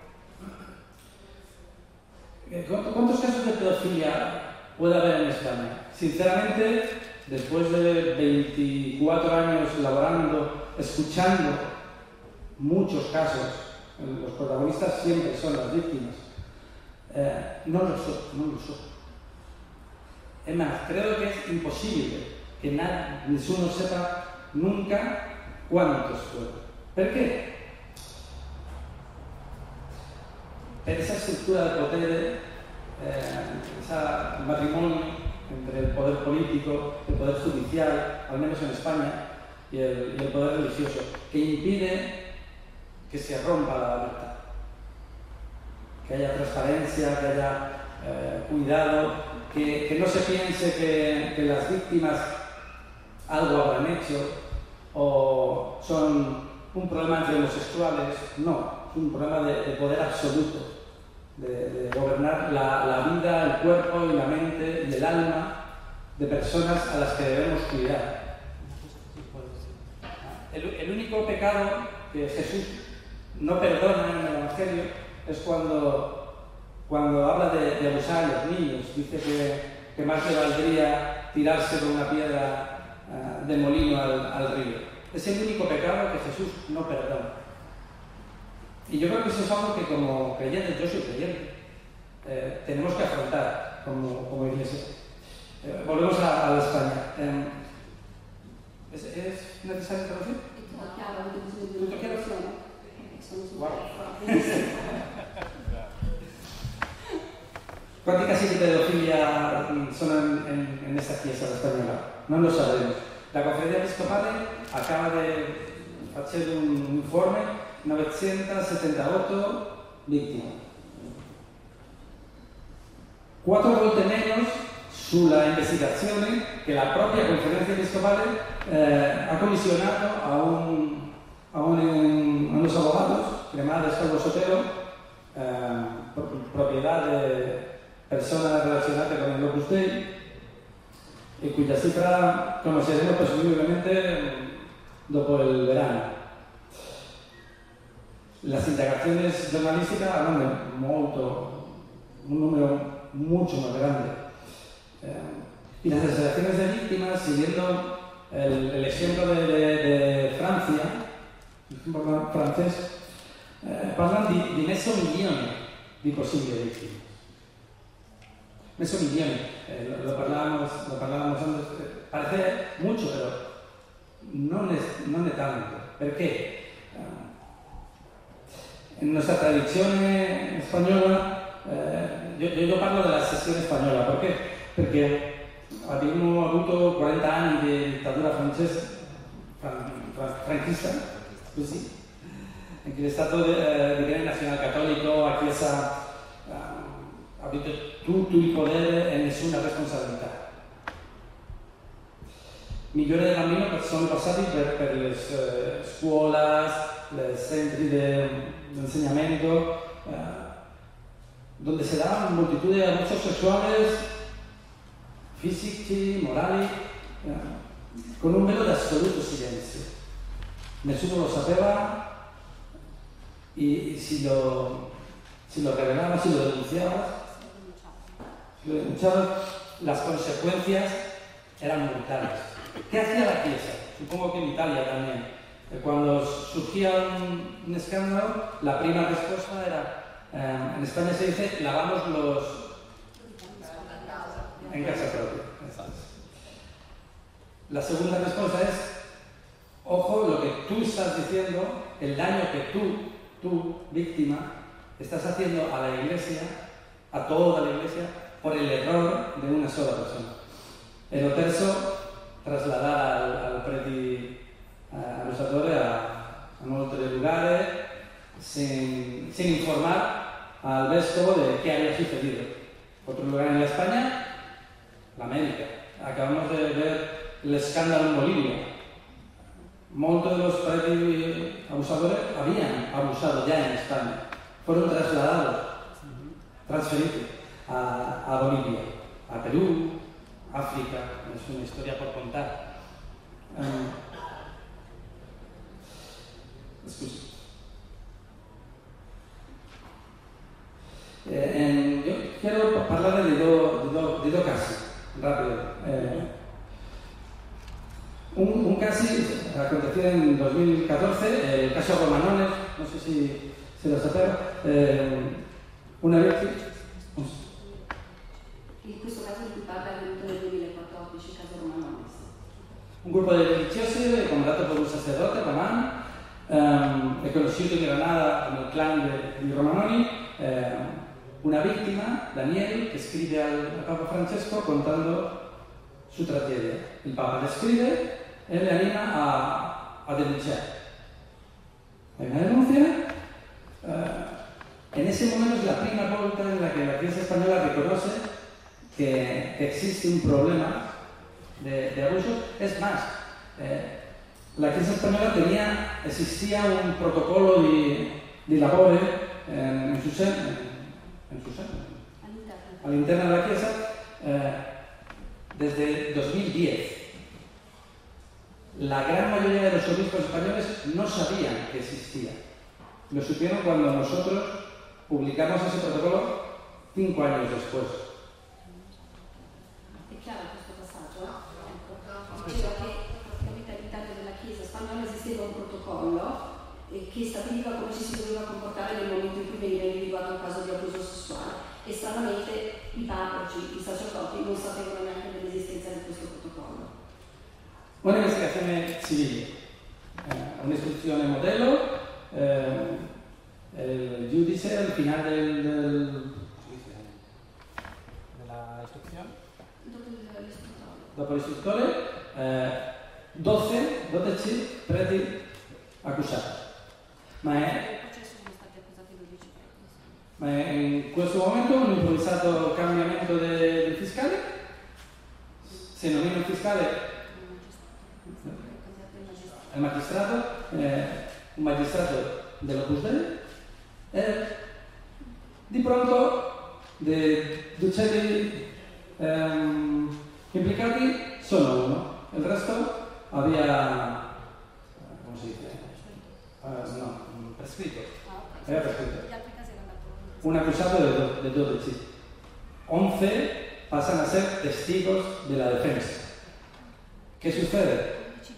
¿Cuántos casos de pedofilia puede haber en España? Sinceramente, después de veinticuatro años laborando, escuchando muchos casos, los protagonistas siempre son las víctimas, eh, no lo sé, no lo sé. Es más, creo que es imposible que nadie, nessuno sepa nunca cuántos fueron. ¿Por qué? Per esa estructura de poder, eh, ese matrimonio entre el poder político, el poder judicial, al menos en España, y el, y el poder religioso, que impide que se rompa la libertad, que haya transparencia, que haya eh, cuidado, que, que no se piense que, que las víctimas algo habrán hecho o son un problema entre homosexuales. No, es un problema de, de poder absoluto, de, de gobernar la, la vida, el cuerpo y la mente y el alma de personas a las que debemos cuidar. El, el único pecado que Jesús no perdona en el Evangelio es cuando, cuando habla de, de abusar a los niños. Dice que, que más le valdría tirarse con una piedra uh, de molino al, al río. Es el único pecado que Jesús no perdona. Y yo creo que eso es algo que como creyentes, yo soy creyente, eh, tenemos que afrontar como, como iglesia. Eh, volvemos a, a la España. Eh, ¿es, ¿Es necesario traducir? ¿Tutto chiaro? Wow. ¿Cuántos casos de pedofilia son en, en, en esta chiesa española? No lo sabemos. La Conferencia Episcopal acaba de hacer un informe, novecentosettantotto víctimas. Quattro volte meno sulla investigazione che la propria Conferenza Episcopale eh, ha commissionato a, un, a, un, a unos abogados, llamados Carlos Sotelo, eh, propiedad de personas relacionadas con el Opus Dei, y cuya cifra conoceremos presumiblemente dopo el verano. Las indagaciones giornalistiche hablan de molto, un número mucho más grande. Eh, y las asociaciones de víctimas, siguiendo el, el ejemplo de, de, de Francia, el ejemplo francés, eh, parlan di, di mezzo milione di possibili vittime. Mezzo milione, eh, lo, lo, parlábamos, lo parlábamos antes, eh, parece mucho, pero non è, non è tanto. Perché? En nuestra tradizione spagnola, eh, yo, yo, yo parlo della sessione spagnola, perché? Perché abbiamo avuto quaranta anni di dittatura francese, fran, fran, franchista, così, in cui è stato eh, di bene nazionale cattolico, la Chiesa eh, ha avuto tutto il potere e nessuna responsabilità. Milioni di bambini sono passati per, per le uh, scuole, i centri di insegnamento, uh, dove si daban multitud de abusos sexuales, fisici, morali, uh, con un velo di assoluto silenzio. Nessuno lo sapeva e si lo, si lo revelava, si lo denunciava, si lo denunciava, las consecuencias eran brutales. ¿Qué hacía la Chiesa? Supongo que en Italia también. Cuando surgía un, un escándalo, la prima respuesta era, eh, en España se dice, lavamos los... en casa propia. La segunda respuesta es, ojo, lo que tú estás diciendo, el daño que tú, tú, víctima, estás haciendo a la Iglesia, a toda la Iglesia, por el error de una sola persona. E lo terzo, trasladar al, al preti abusatore a, a molti lugares sin, sin informar al vescovo de qué había sucedido. Otro lugar en España, la América. Acabamos de ver el escándalo en Bolivia. Muchos de los preti abusadores habían abusado ya en España. Fueron trasladados, transferidos a, a Bolivia, a Perú, África. Es una historia por contar. Um, Scusi. Eh, en, yo quiero hablar de dos de do, de do casi, rápido. Eh, un, un casi aconteció en dos mil catorce, el caso Romanones, no sé si se lo sapeva, eh, una vez... In questo caso di cui parla è avvenuto nel duemilaquattordici, il caso Romanones. Un gruppo di religiosi, comandato por un sacerdote romano, Um, è conosciuto in Granada nel clan di Romanoni, eh, una vittima, Daniel, che scrive al, al Papa Francesco contando su tragedia. Il Papa le scrive e le anima a, a denunciare. Hay una denuncia. Uh, en ese momento es la prima volta en la que la Iglesia española reconoce que, que existe un problema de, de abuso. Es más, eh, la Chiesa spagnola tenía, existía un protocolo di, di lavoro eh, in su seno, in su seno, all'interno della Chiesa eh, desde el dos mil diez. La gran mayoría de los obispos españoles no sabían que existía. Lo supieron cuando nosotros publicamos ese protocolo cinco años después. È chiaro questo passaggio? Ecco, diceva che all'interno della Chiesa spagnola esisteva un protocollo che stabiliva come ci si doveva comportare nel momento in cui veniva individuato un caso di abuso sessuale e stranamente i parroci, i sacerdoti non sapevano neanche dell'esistenza di questo protocollo. Una investigazione civile, eh, un'istruzione modello, eh, il giudice al finale del, del, della istruzione, dopo l'istruttore, eh, dodici, dodici preti accusati. Ma, è, ma è in questo momento un improvvisato cambiamento de, del fiscale? Se non è il fiscale, il magistrato, eh, un magistrato dell'Opus Dei, e di pronto dei uccelli ehm, implicati sono uno, il resto aveva, come si dice, uh, no, prescritto, era prescritto. Un acusado de dodici, once pasan a ser testigos de la defensa. ¿Qué sucede?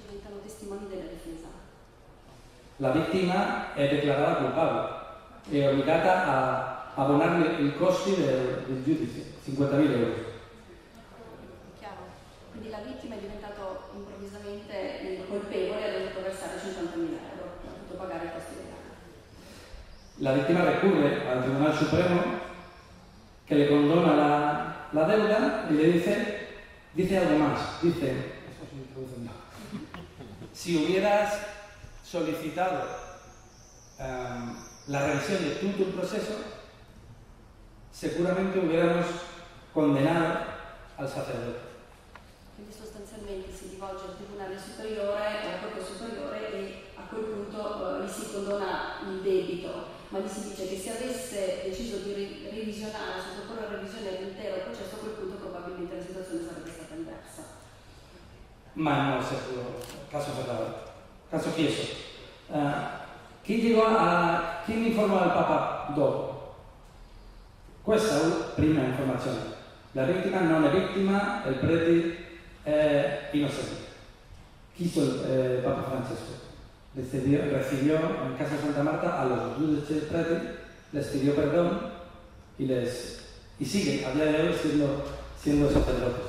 La víctima è declarata culpabile e è obbligata a abbonare i costi del, del giudice, cinquantamila euro. Chiaro. Quindi la vittima è diventato improvvisamente colpevole e ha dovuto versare cinquantamila euro, ha dovuto pagare i costi legali. La víctima recurre al Tribunal Supremo que le condona la, la deuda y le dice, dice algo más, dice, esto estoy introduciendo, si hubieras solicitado um, la revisión de todo el proceso, seguramente hubiéramos condenado al sacerdote. Quindi sostanzialmente si rivolge al Tribunale Superiore, al Corte Superiore e a quel punto uh, gli si condona il debito, ma gli si dice che se avesse deciso di ri- revisionare, sottoporre a revisione l'intero processo, a quel punto probabilmente la situazione sarebbe stata diversa. Ma no es el caso cerrado. Caso Chieso. Uh, chi llegò a... chi informò al Papa dopo? Questa è la prima informazione. La vittima non è vittima, il prete eh, inocente. Quiso el eh, Papa Francesco. Recibió, recibió en Casa Santa Marta a los Giudici Preti, les pidió perdón y, les, y sigue a día de hoy siendo, siendo sacerdotes.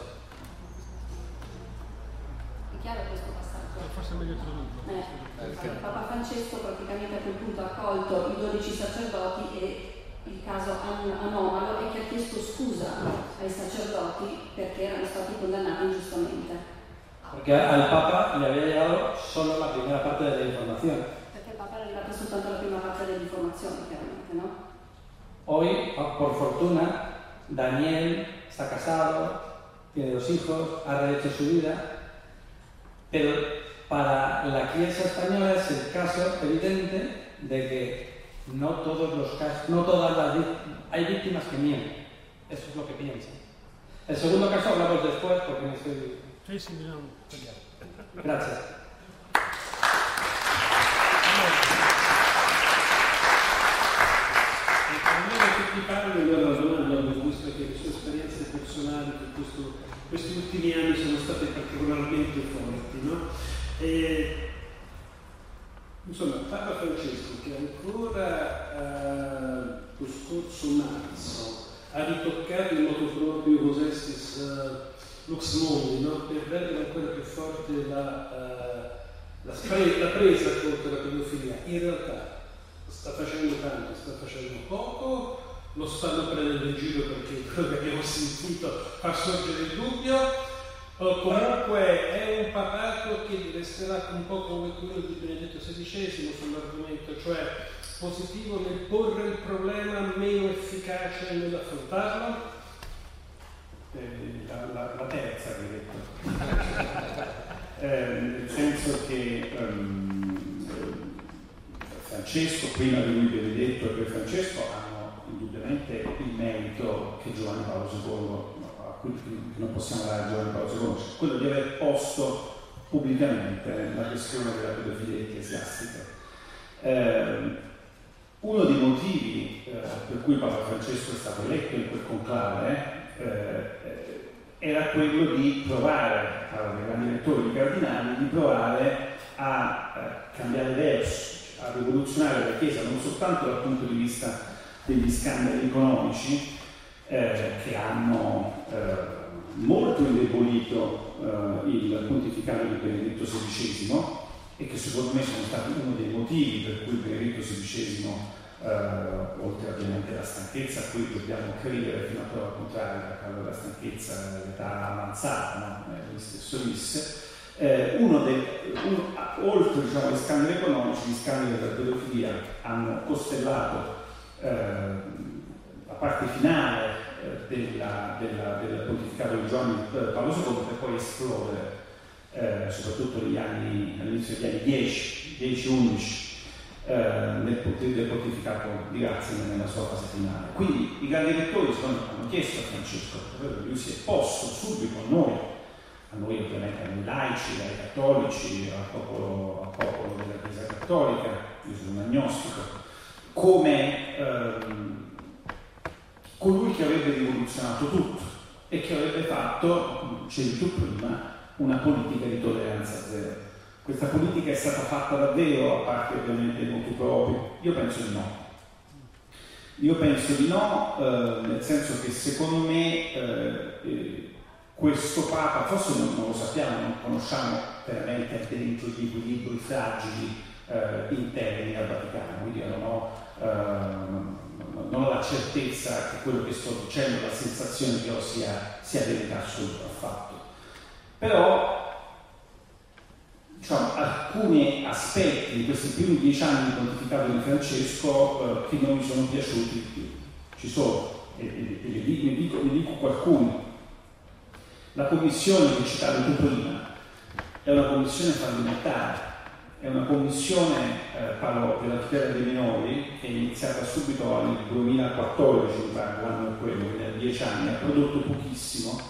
È chiaro questo passaggio? Forse è meglio tradurlo. Eh, Papa Francesco praticamente a quel punto ha accolto i dodici sacerdoti e il caso anomalo è che ha chiesto scusa ai sacerdoti perché erano stati condannati ingiustamente. Porque al Papa le había llegado solo la primera parte de la información. Perché al Papa è arrivata soltanto la prima parte delle informazioni, chiaramente, no? Hoy, por fortuna, Daniel está casado, tiene dos hijos, ha rehecho su vida, pero para la Iglesia española es el caso evidente de que no todos los casos, no todas las hay víctimas que mienten. Eso es lo que piensan. El segundo caso hablamos después porque me estoy... Sì, sì, bisogna tagliare. Grazie. Allora, che ti parli della domanda, visto che le sue esperienze personali in questo, questi ultimi anni sono state particolarmente forti, no? E, insomma, Papa Francesco, che ancora eh, lo scorso marzo ha ritoccato in modo proprio Cosestis uh, Lux Mundi, no? Per rendere ancora più forte la, uh, la, spre- la presa contro la pedofilia. In realtà sta facendo tanto, sta facendo poco, lo stanno prendendo in giro perché quello che abbiamo sentito fa sorgere il dubbio, o comunque è un papato che resterà un po' come quello di Benedetto sedicesimo sull'argomento, cioè positivo nel porre il problema, meno efficace nell'affrontarlo. Eh, la, la, la terza che hai detto, eh, nel senso che um, Francesco, prima di lui Benedetto e poi Francesco hanno indubbiamente il merito che Giovanni Paolo secondo, a cui non possiamo dare a Giovanni Paolo secondo, cioè quello di aver posto pubblicamente la questione della pedofilia ecclesiastica. Eh, uno dei motivi eh, per cui Papa Francesco è stato eletto in quel conclave eh, era quello di provare, ai grandi elettori di cardinali, di provare a eh, cambiare verso, a rivoluzionare la Chiesa non soltanto dal punto di vista degli scandali economici eh, che hanno eh, molto indebolito eh, il pontificato di Benedetto sedicesimo e che secondo me sono stati uno dei motivi per cui Benedetto sedicesimo Uh, oltre ovviamente alla stanchezza, a cui dobbiamo credere fino a prova contraria, la stanchezza l'età avanzata, no? eh, lui stesso disse, eh, uno dei, uno, oltre diciamo, agli scandali economici, gli scandali della pedofilia hanno costellato eh, la parte finale eh, della, della, del pontificato di Giovanni Paolo secondo per poi esplodere eh, soprattutto negli anni, all'inizio degli anni dieci undici Eh, nel, del pontificato di Ratzinger nella sua fase finale. Quindi i grandi elettori hanno chiesto a Francesco, lui si è posto subito a noi, a noi ovviamente ai laici, ai cattolici, al popolo, al popolo della Chiesa cattolica, io sono un agnostico, come ehm, colui che avrebbe rivoluzionato tutto e che avrebbe fatto, come dicevi tu prima, una politica di tolleranza zero. Questa politica è stata fatta davvero, a parte ovviamente il motu proprio? Io penso di no. Io penso di no, eh, nel senso che secondo me eh, eh, questo Papa, forse non, non lo sappiamo, non conosciamo veramente dentro gli equilibri fragili eh, interni al Vaticano, quindi io non ho, eh, non ho la certezza che quello che sto dicendo, la sensazione che ho sia, sia verità assoluta affatto. Però diciamo, alcuni aspetti di questi primi dieci anni di pontificato di Francesco eh, che non mi sono piaciuti di più. Ci sono, e, e, e ne, dico, ne dico qualcuno. La commissione che citavi tu prima è una commissione fallimentare, è una commissione, eh, parlo della tutela dei minori, che è iniziata subito nel duemilaquattordici, l'anno è quello, quindi a dieci anni, ha prodotto pochissimo.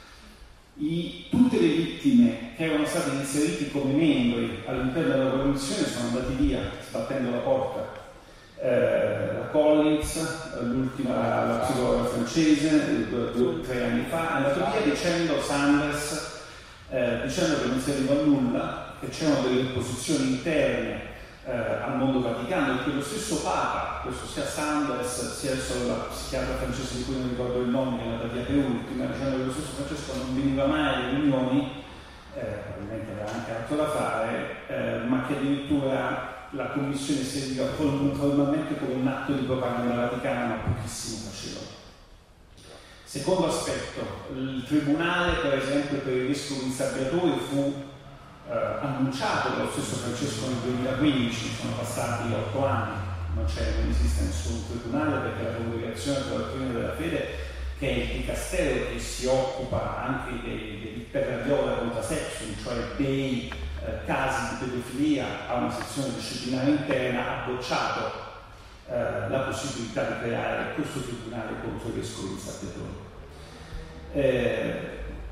I, tutte le vittime che erano state inserite come membri all'interno della commissione sono andati via sbattendo la porta. Eh, la Collins, l'ultima, la, la psicologa francese, due o tre anni fa, è andata via dicendo Sanders eh, dicendo che non si arriva a nulla, che c'erano delle opposizioni interne eh, al mondo vaticano, e che lo stesso Papa, questo sia Sanders sia adesso la psichiatra francese di cui non ricordo il nome, che è andata via per ultima, dicendo che lo stesso Francesco non veniva mai alle riunioni, eh, probabilmente aveva anche altro da fare, eh, ma che addirittura la commissione serviva formalmente come un atto di propaganda vaticana, ma pochissimo faceva. Secondo aspetto, il tribunale, per esempio, per i vescovi insabbiatori fu eh, annunciato dallo stesso Francesco nel duemilaquindici, sono passati otto anni, non, c'è, non esiste nessun tribunale, perché la Congregazione della Dottrina della Fede, che è il dicastero che si occupa anche dei, dei, per la viola contra sexum, cioè dei eh, casi di pedofilia, ha una sezione disciplinare interna, ha bocciato eh, la possibilità di creare questo tribunale contro i vescovi insabbiatori. Eh,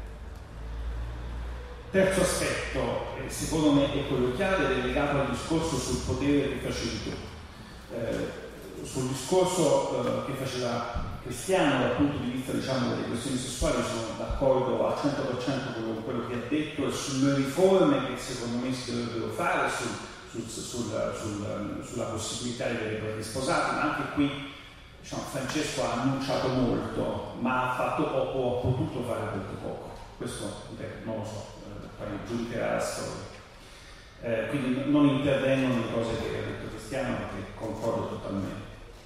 terzo aspetto, eh, secondo me è quello chiave, è legato al discorso sul potere che facevi tu. Eh, sul discorso eh, che faceva Cristiano dal punto di vista, diciamo, delle questioni sessuali, sono d'accordo al cento per cento con quello che ha detto, e sulle riforme che secondo me si dovrebbero fare sul, sul, sul, sul, sulla possibilità di avere propri sposati, ma anche qui, diciamo, Francesco ha annunciato molto, ma ha fatto poco, o ha potuto fare molto poco. Questo non lo so, poi giudicherà la storia. Eh, quindi non intervengo nelle cose che ha detto Cristiano, perché concordo totalmente.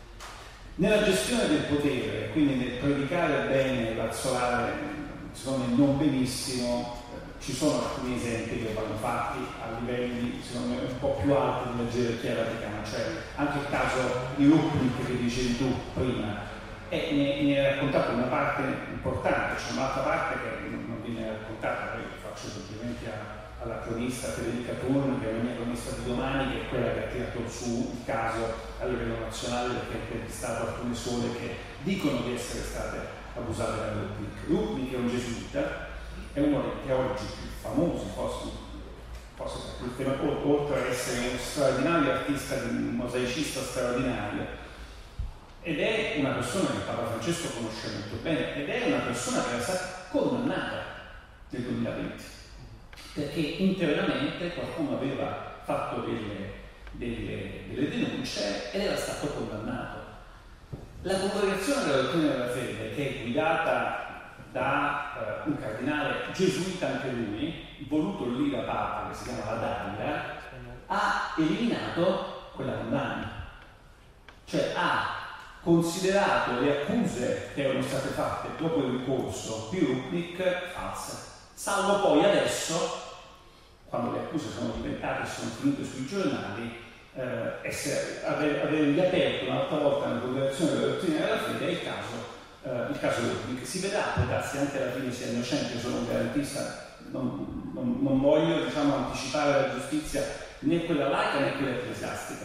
Nella gestione del potere, quindi nel predicare bene, razzolare, secondo me non benissimo, eh, ci sono alcuni esempi che vanno fatti a livelli, secondo me, un po' più alti della gerarchia vaticana, cioè anche il caso di Rupnik che dicevi tu prima, e ne, ne hai raccontato una parte importante, c'è un'altra parte che non, non viene raccontata, poi faccio complimenti a alla cronista Federica Turn, che è la mia cronista di domani, che è quella che ha tirato su il caso a livello nazionale, perché ha intervistato alcune suore che dicono di essere state abusate da Rupnik. Rupnik è un gesuita, è uno dei teologi più famosi, forse, forse oltre ad essere uno straordinario artista, un mosaicista straordinario, ed è una persona che Papa Francesco conosce molto bene, ed è una persona che era stata condannata nel duemilaventi. Perché internamente qualcuno aveva fatto delle, delle, delle denunce ed era stato condannato. La Congregazione della Dottrina della Fede, che è guidata da uh, un cardinale gesuita anche lui, voluto lì da Papa, che si chiama la Dalia, ha eliminato quella condanna. Cioè ha considerato le accuse che erano state fatte dopo il ricorso di Rupnik false. Salvo poi adesso, quando le accuse sono diventate e sono finite sui giornali, eh, essere, aver, aver riaperto un'altra volta nella Congregazione della Dottrina della Fede il caso, eh, il caso Rupnik. Si vedrà, può darsi anche alla fine sia innocente, sono un garantista, non, non, non voglio, diciamo, anticipare la giustizia né quella laica né quella ecclesiastica.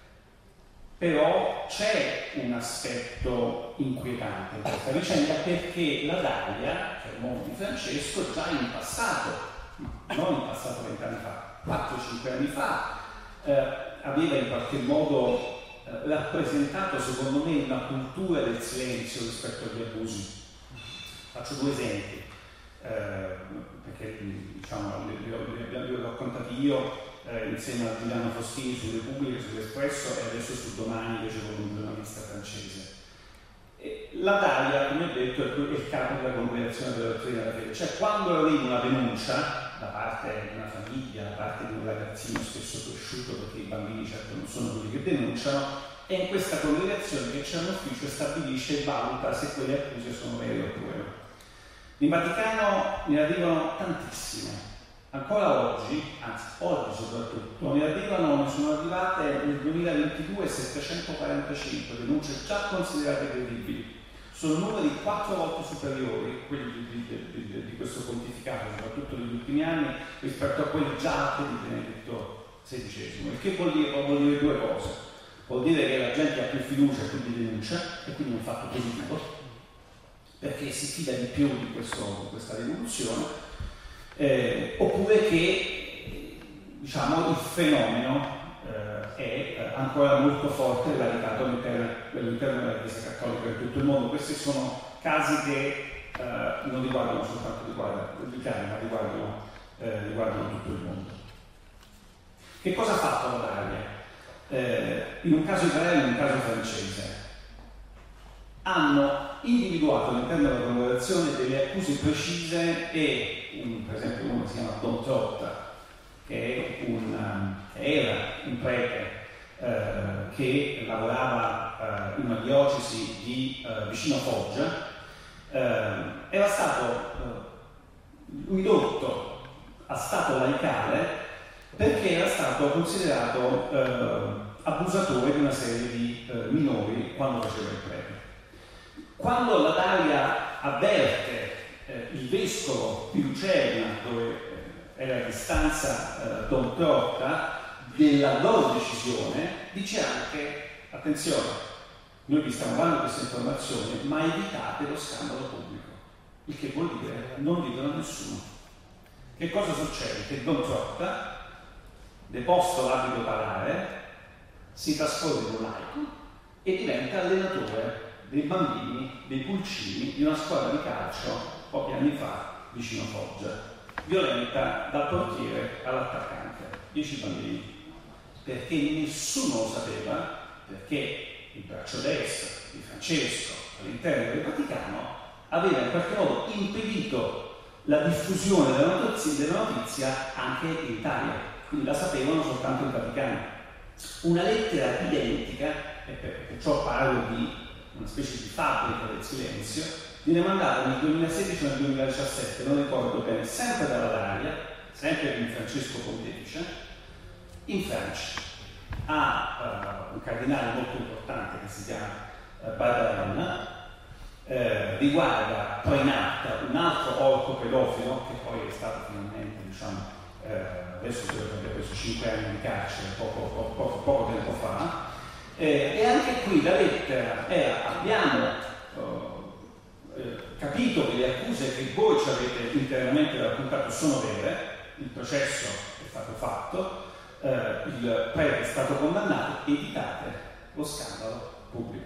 Però c'è un aspetto inquietante in questa vicenda, perché la Dalia, che è il nome di Francesco, già in passato, non in passato vent'anni fa, quattro cinque anni fa, eh, aveva in qualche modo eh, rappresentato, secondo me, una cultura del silenzio rispetto agli abusi. Faccio due esempi, eh, perché diciamo, li, li, li, li ho raccontati io eh, insieme a Giuliano Foschini su Repubblica, sull'Espresso, e adesso su Domani, invece, con un giornalista francese. E la Dalia, come ho detto, è il capo della Congregazione della Dottrina della Fede. Cioè, quando arriva una denuncia da parte di una famiglia, da parte di un ragazzino spesso cresciuto, perché i bambini certo non sono quelli che denunciano, è in questa congregazione che c'è un ufficio e stabilisce e valuta se quelle accuse sono vere oppure no. In Vaticano ne arrivano tantissime. Ancora oggi, anzi oggi soprattutto, ne arrivano, ne sono arrivate nel duemilaventidue settecentoquarantacinque denunce già considerate credibili. Sono numeri quattro volte superiori, quelli di, di, di, di questo pontificato, soprattutto negli ultimi anni, rispetto a quelli già alti di Benedetto sedicesimo. Il che vuol dire, vuol dire due cose. Vuol dire che la gente ha più fiducia e quindi denuncia, e quindi è un fatto positivo, perché si fida di più di, questo, di questa rivoluzione. Eh, oppure che, diciamo, il fenomeno eh, è ancora molto forte e radicato all'interno, all'interno della Chiesa Cattolica in tutto il mondo. Questi sono casi che eh, non riguardano soltanto l'Italia, ma riguardano eh, riguardano tutto il mondo. Che cosa ha fatto la Daria? Eh, in un caso italiano e in un caso francese hanno individuato all'interno della congregazione delle accuse precise e un, per esempio uno si chiama Don Trotta, che, è un, che era un prete eh, che lavorava eh, in una diocesi di eh, vicino Foggia, eh, era stato eh, ridotto a stato laicale perché era stato considerato eh, abusatore di una serie di eh, minori quando faceva il prete. Quando la Daria avverte eh, il vescovo di Lucerna, dove eh, era a distanza eh, Don Trotta, della loro decisione, dice anche: attenzione, noi vi stiamo dando questa informazione, ma evitate lo scandalo pubblico, il che vuol dire non ditelo a nessuno. Che cosa succede? Che Don Trotta, deposto l'abito palare, si trasforma in un laico e diventa allenatore dei bambini, dei pulcini di una squadra di calcio pochi anni fa vicino Foggia, violenta dal portiere all'attaccante, dieci bambini, perché nessuno lo sapeva, perché il braccio destro di Francesco all'interno del Vaticano aveva in qualche modo impedito la diffusione della notizia, della notizia anche in Italia, quindi la sapevano soltanto il Vaticano. Una lettera identica, e perciò parlo di una specie di fabbrica del silenzio, viene mandata nel duemilasedici o nel duemiladiciassette, non ricordo bene, sempre dalla Daria, sempre di Francesco Pontefice, in Francia, a uh, un cardinale molto importante che si chiama uh, Barbarella, eh, riguarda Prenat, un altro orco pedofilo che poi è stato finalmente, diciamo, eh, adesso credo che abbia preso cinque anni di carcere poco, poco, poco, poco tempo fa. Eh, e anche qui la lettera era: abbiamo uh, eh, capito che le accuse che voi ci avete internamente raccontato sono vere, il processo è stato fatto, eh, il prete è stato condannato, evitate lo scandalo pubblico.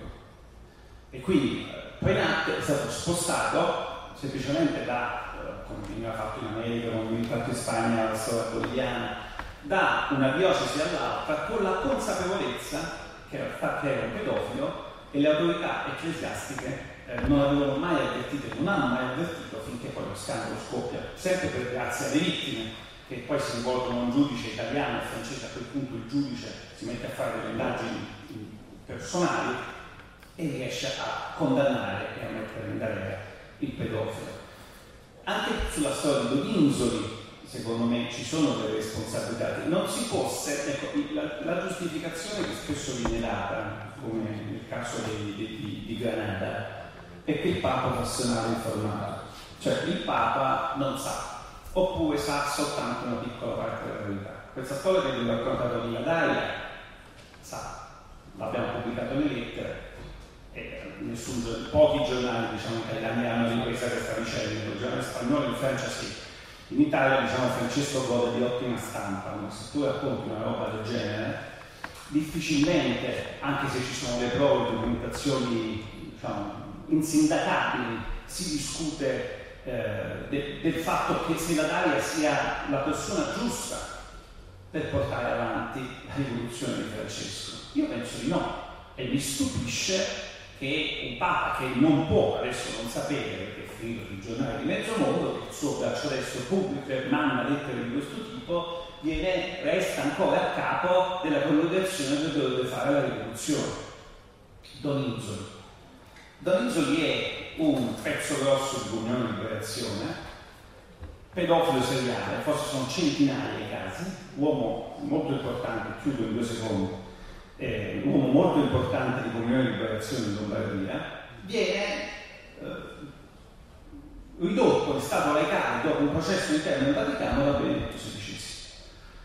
E quindi eh, Prenat è stato spostato semplicemente da, eh, come veniva fatto in America, come veniva fatto in Spagna, la storia boliviana, da una diocesi all'altra con la consapevolezza che era, che era un pedofilo, e le autorità ecclesiastiche eh, non avevano mai avvertito, non hanno mai avvertito finché poi lo scandalo scoppia, sempre per grazia alle vittime, che poi si rivolgono a un giudice italiano e francese. A quel punto il giudice si mette a fare delle indagini personali e riesce a condannare e a mettere in galera il pedofilo. Anche sulla storia di Doninsoli, secondo me, ci sono delle responsabilità. Non si può, ecco, la, la giustificazione che spesso viene data, come nel caso di, di, di Granada, è che il Papa fosse male informato. Cioè il Papa non sa, oppure sa soltanto una piccola parte della verità. Questa storia che vi ho raccontato di Daria sa, l'abbiamo pubblicato nelle lettere, e nessun, pochi giornali, diciamo, italiani hanno ripresa questa vicenda, il giornale spagnolo in Francia sì. In Italia, diciamo, Francesco gode di ottima stampa, ma se tu racconti una roba del genere, difficilmente, anche se ci sono le prove, documentazioni, diciamo, insindacabili, si discute eh, de, del fatto che se la Daria sia la persona giusta per portare avanti la rivoluzione di Francesco. Io penso di no, e mi stupisce che un Papa che non può adesso non sapere, perché è finito sui giornali di mezzo mondo, che il suo braccio destro pubblico manda lettere di questo tipo, viene, resta ancora a capo della congregazione che dovrebbe fare la rivoluzione. Doninsoli. Doninsoli è un pezzo grosso di Comunione e Liberazione, pedofilo seriale, forse sono centinaia i casi, uomo molto importante, chiudo in due secondi, Eh, un uomo molto importante di Comunione e Liberazione in Lombardia, viene eh, ridotto in stato laicale dopo un processo interno in Vaticano da Benedetto sedicesimo.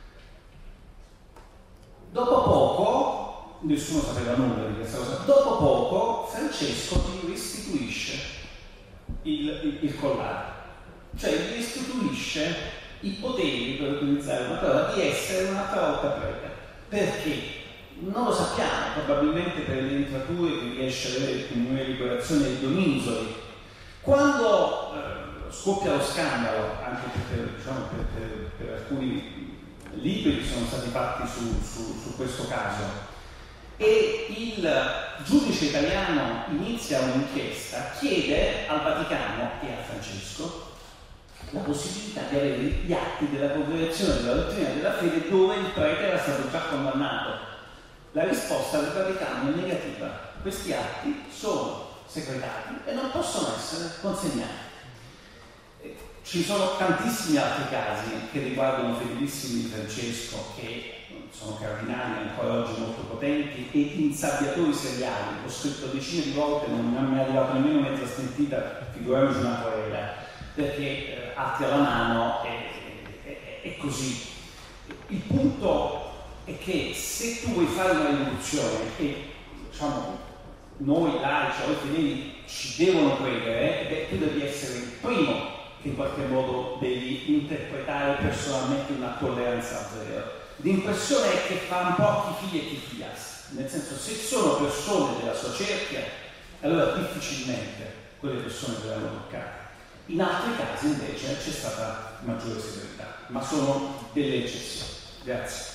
Dopo poco, nessuno sapeva nulla di questa cosa, dopo poco Francesco gli restituisce il, il, il collare, cioè gli restituisce i poteri, per utilizzare una parola, di essere un'altra volta prete. Perché? Non lo sappiamo, probabilmente per le entrature che riesce ad avere il Comunione e Liberazione di Doninsoli. Quando eh, scoppia lo scandalo anche per, diciamo, per, per, per alcuni libri che sono stati fatti su, su, su questo caso, e il giudice italiano inizia un'inchiesta, chiede al Vaticano e a Francesco la possibilità di avere gli atti della congregazione della dottrina della fede dove il prete era stato già condannato. La risposta del Vaticano è negativa. Questi atti sono segretati e non possono essere consegnati. Ci sono tantissimi altri casi che riguardano fedelissimi di Francesco che sono cardinali ancora oggi molto potenti e insabbiatori seriali. Ho scritto decine di volte, non mi è arrivato nemmeno mezza smentita, figuriamoci una querela, perché eh, atti alla mano è, è, è così. Il punto è che se tu vuoi fare una rivoluzione, e diciamo noi laici o i fedeli ci devono credere, beh, tu devi essere il primo che in qualche modo devi interpretare personalmente una tolleranza zero. L'impressione è che fa un po' chi figlia e chi figlias, nel senso, se sono persone della sua cerchia, allora difficilmente quelle persone verranno toccate. In altri casi invece c'è stata maggiore severità, ma sono delle eccezioni. Grazie.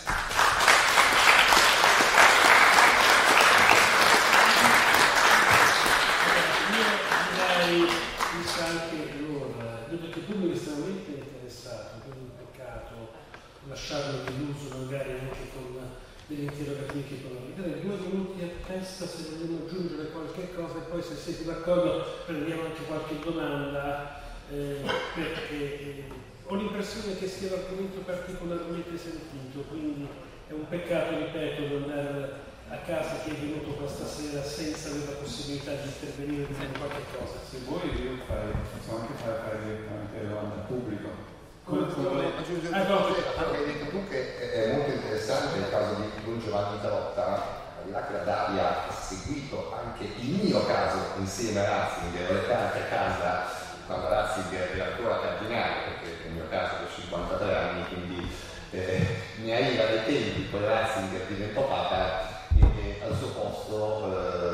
Anche allora, vedo che tu mi sei estremamente interessato, quindi un peccato lasciarlo deluso magari anche con degli interrogativi che poi darei due minuti a testa se vogliamo aggiungere qualche cosa e poi se siete d'accordo prendiamo anche qualche domanda eh, perché eh, ho l'impressione che sia l'argomento particolarmente sentito, quindi è un peccato, ripeto, non andare a casa chi è venuto questa sera senza avere la possibilità di intervenire e di dire qualche cosa. Se vuoi io fare, possiamo anche fare, fare direttamente le domande al pubblico. Come aggiungere una cosa che hai detto tu che è molto interessante il caso di Don Giovanni Tarotta, al di là che la Daria ha seguito anche il mio caso insieme a Ratzinger, ho letto anche a casa quando Ratzinger era ancora cardinale, perché nel mio caso ho cinquantatré anni, quindi eh, mi arriva dai tempi, poi Ratzinger diventò papa e al suo posto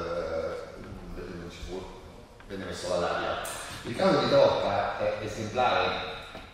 eh, non ci fu, venne messo la Daria. Il caso di Tarotta è esemplare,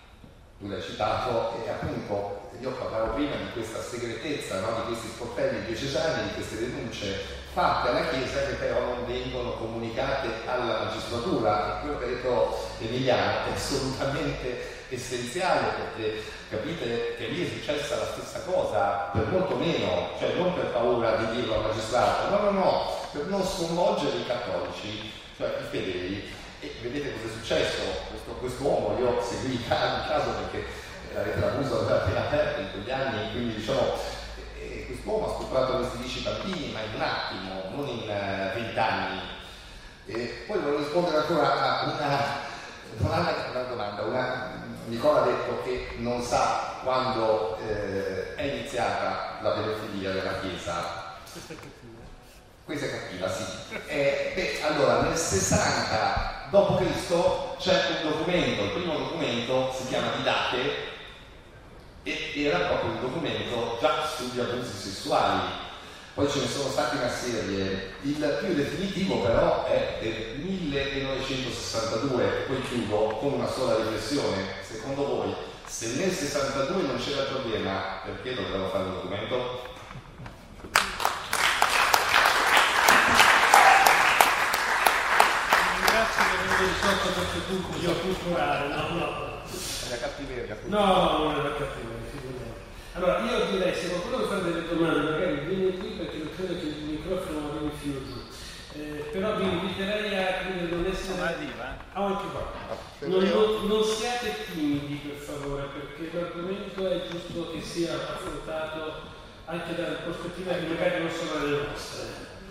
tu l'hai citato, e appunto io parlavo prima di questa segretezza, no? Di questi sportelli diocesani, di queste denunce fatte alla Chiesa che però non vengono comunicate alla magistratura, e quello che ha detto Emiliano è assolutamente essenziale, perché capite che lì è successa la stessa cosa, per molto meno, cioè non per paura di dirlo al magistrato, no no no, per non sconvolgere i cattolici, cioè i fedeli. E vedete cosa è successo? Questo quest'uomo, io seguì il caso perché la rete d'abuso aveva appena aperto in quegli anni, quindi diciamo eh, quest'uomo ha stuprato questi dieci bambini, ma in un attimo, non in vent'anni. Uh, e poi volevo rispondere ancora a una domanda, una domanda. Una, Nicola ha detto che non sa quando eh, è iniziata la pedofilia della Chiesa. Questa è cattiva. Questa è cattiva, sì. Eh, beh, allora, nel sessanta dopo Cristo c'è un documento, il primo documento si chiama Didache e era proprio un documento già sugli abusi sessuali. Poi ce ne sono stati una serie, il più definitivo però è del millenovecentosessantadue, e poi chiudo con una sola riflessione. Secondo voi, se nel sessantadue non c'era il problema, perché dovevamo fare un documento? Grazie per aver risolto questo punto culturale, no, no. È la cattiveria. No, no, non è la cattiveria. Allora, io direi, se qualcuno vuole fare delle domande, magari vieni qui perché non credo che il microfono non arrivi fino giù. Eh, però vi inviterei a quindi non essere... Ah, anche qua. Non, non, non siate timidi, per favore, perché l'argomento è giusto che sia affrontato anche da prospettive che magari non sono le nostre.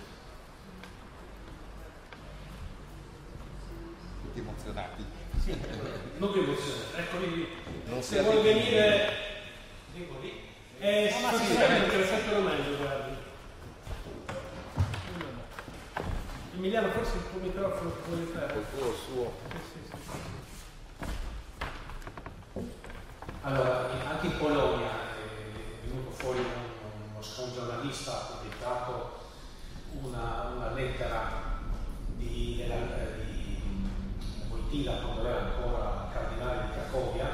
Tutti emozionati. Sì, non più emozionati. Eccoli lì. Se vuoi venire... Eh, no, sì, perché sappiano meglio, guardi. Emiliano, forse il tuo microfono che vuoi fare? Il tuo, il suo. Sì, sì, sì. Allora, anche in Polonia è venuto fuori uno scout giornalista, ha pubblicato una, una lettera di, di Wojtyla quando era ancora cardinale di Cracovia,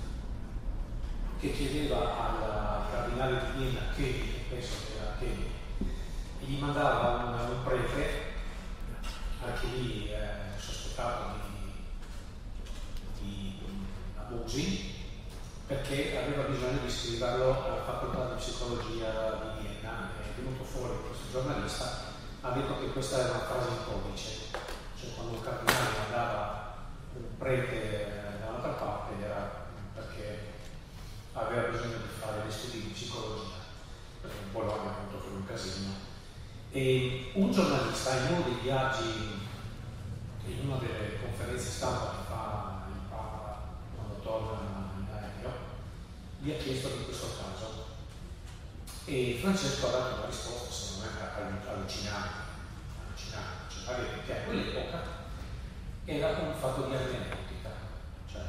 che chiedeva al, al cardinale di Vienna, che penso che era Kelly, e gli mandava un, un prete, anche lì eh, sospettato di, di abusi, perché aveva bisogno di iscriverlo alla facoltà di psicologia di Vienna. È venuto fuori questo giornalista, ha detto che questa era una frase in codice, cioè quando un cardinale mandava un prete da un'altra parte era perché aveva bisogno di fare gli studi di psicologia, perché un po' l'ha venuto fuori un casino. E un giornalista in uno dei viaggi, in una delle conferenze stampa che fa il Papa quando torna in aereo, gli ha chiesto di questo caso e Francesco ha dato una risposta secondo me allucinante, allucinante, cioè che a quell'epoca era un fatto di ermeneutica, cioè,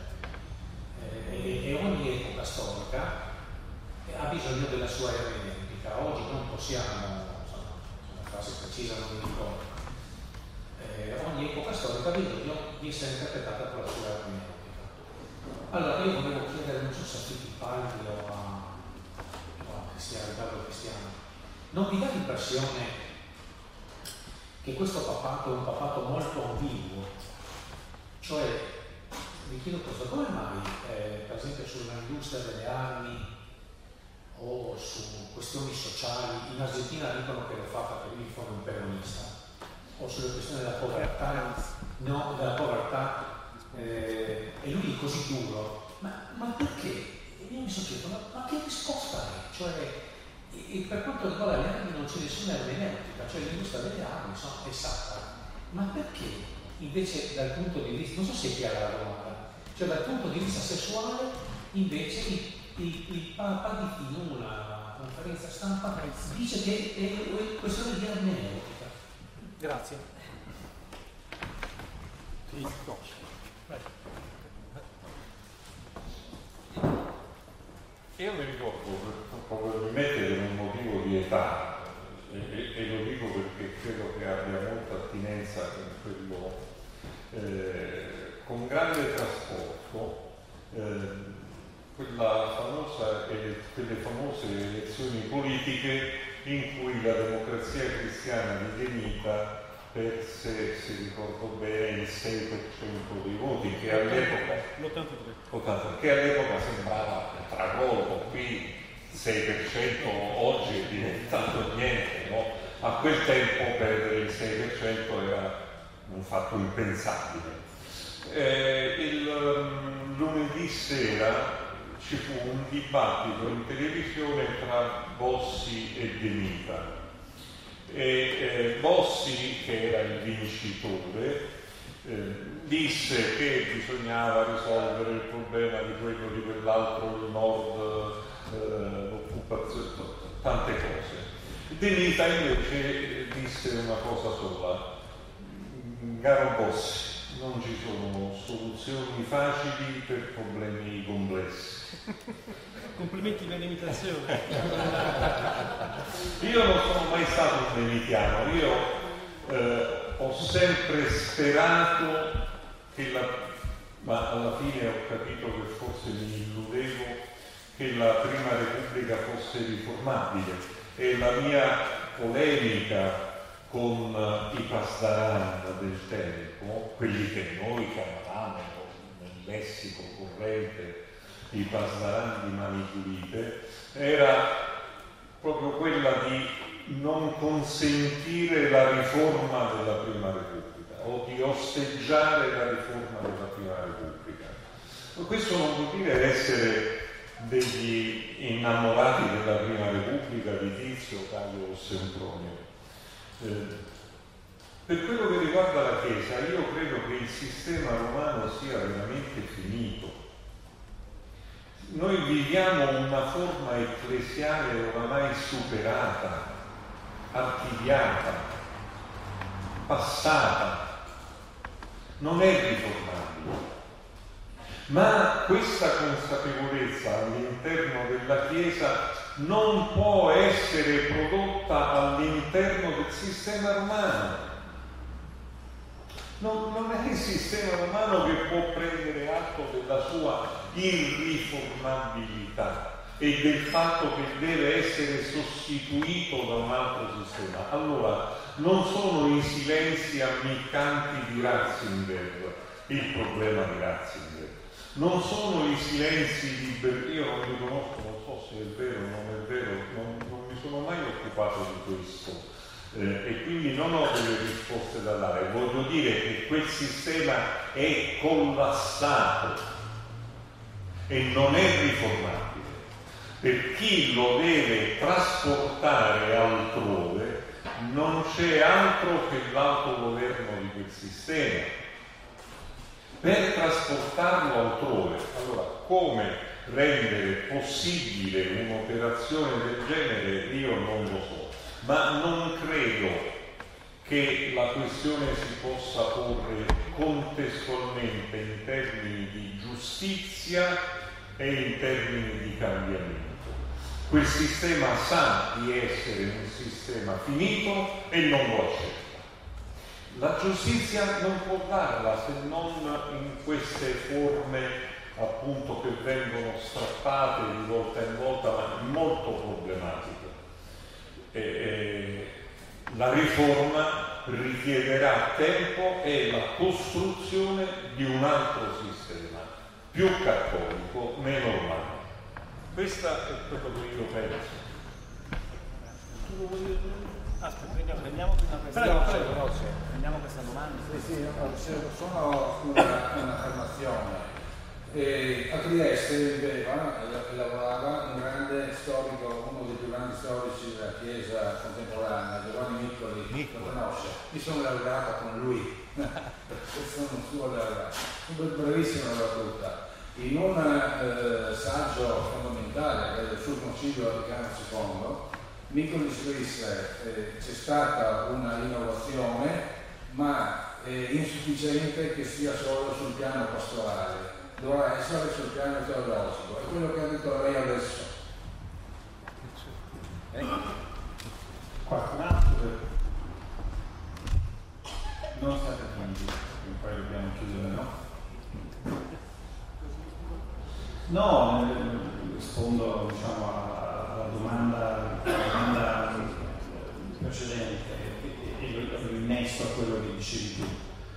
eh, e ogni epoca storica ha bisogno della sua ermeneutica. Oggi non possiamo, insomma, una frase precisa non mi ricordo, eh, ogni epoca storica ha bisogno di essere interpretata con la sua ermeneutica. Allora io volevo chiedere, non so se a Fittipaldi o a, o a Cristiano, Riccardo Cristiano, non vi dà l'impressione che questo papato è un papato molto ambiguo? Cioè, vi chiedo questo, come mai, eh, per esempio sull'industria delle armi o su questioni sociali, in Argentina dicono che lo fa perché lui fa un peronista, o sulle questioni della povertà, no, della povertà, eh, e lui è così duro, ma, ma perché? E io mi sono chiesto, ma, ma che risposta è? Cioè, e, e per quanto riguarda le armi non c'è nessuna ermeneutica, cioè l'industria delle armi insomma, è sacra, ma perché invece dal punto di vista, non so se è chiara la domanda, cioè dal punto di vista sessuale invece il, il, il Papa di in una conferenza stampa dice che è questione di ermeneutica. Grazie. Sì. Io mi ricordo probabilmente per un motivo di età, e, e lo dico perché credo che abbia molta attinenza con quello, eh, con grande trasporto, eh, quella famosa, eh, quelle famose elezioni politiche in cui la Democrazia Cristiana di De Mita perse, se ricordo bene, il sei per cento dei voti, che all'epoca, l'ottantatré che all'epoca sembrava un tracollo, qui sei per cento oggi è diventato niente, no? A quel tempo perdere il sei per cento era un fatto impensabile. Eh, il um, lunedì sera ci fu un dibattito in televisione tra Bossi e De Mita. E eh, Bossi, che era il vincitore, eh, disse che bisognava risolvere il problema di quello, di quell'altro, il nord, eh, l'occupazione, tante cose. De Mita invece disse una cosa sola: caro Bossi, non ci sono soluzioni facili per problemi complessi. Complimenti per l'imitazione. Io non sono mai stato un demitiano, io eh, ho sempre sperato che la, ma alla fine ho capito che forse mi illudevo, che la Prima Repubblica fosse riformabile, e la mia polemica con i pasdaran del tempo, quelli che noi chiamavamo nel lessico corrente i pasdaran di mani pulite, era proprio quella di non consentire la riforma della Prima Repubblica o di osteggiare la riforma della Prima Repubblica. Questo non vuol dire essere degli innamorati della Prima Repubblica di Tizio, Caio o Sempronio. Eh, per quello che riguarda la Chiesa, io credo che il sistema romano sia veramente finito. Noi viviamo una forma ecclesiale oramai superata, archiviata, passata, non è riformabile. Ma questa consapevolezza all'interno della Chiesa non può essere prodotta all'interno del sistema romano. Non, non è il sistema romano che può prendere atto della sua irriformabilità e del fatto che deve essere sostituito da un altro sistema. Allora, non sono i silenzi ammiccanti di Ratzinger il problema di Ratzinger, non sono i silenzi liberi. Io non li conosco, non so se è vero o non è vero, non, non mi sono mai occupato di questo, eh, e quindi non ho delle risposte da dare. Voglio dire che quel sistema è collassato e non è riformabile. Per chi lo deve trasportare altrove non c'è altro che l'autogoverno di quel sistema. Per trasportarlo altrove, allora come rendere possibile un'operazione del genere io non lo so, ma non credo che la questione si possa porre contestualmente in termini di giustizia e in termini di cambiamento. Quel sistema sa di essere un sistema finito e non lo accetta. La giustizia non può darla se non in queste forme appunto che vengono strappate di volta in volta, ma molto problematiche. E, e, la riforma richiederà tempo e la costruzione di un altro sistema, più cattolico, meno romano. Questo è quello che io penso. Aspetta, prendiamo prima questa domanda. Prendiamo questa domanda. Sì, sì, no, sono una, un'affermazione. Eh, a Trieste viveva e lavorava un grande storico, uno dei più grandi storici della Chiesa contemporanea, Giovanni Miccoli, lo conosce. Mi sono laureato con lui, sono un suo laureato, un brevissimo battuta. In un eh, saggio fondamentale del suo Concilio Vaticano secondo, Miccoli scrisse eh, c'è stata una innovazione, ma è insufficiente che sia solo sul piano pastorale, dovrà essere sul piano teologico. È quello che ha detto lei adesso. Eh? Qualcun altro? Non state finiti, poi dobbiamo chiudere, no? No, rispondo diciamo, alla domanda, alla domanda precedente e lo innesto a quello che dicevi tu.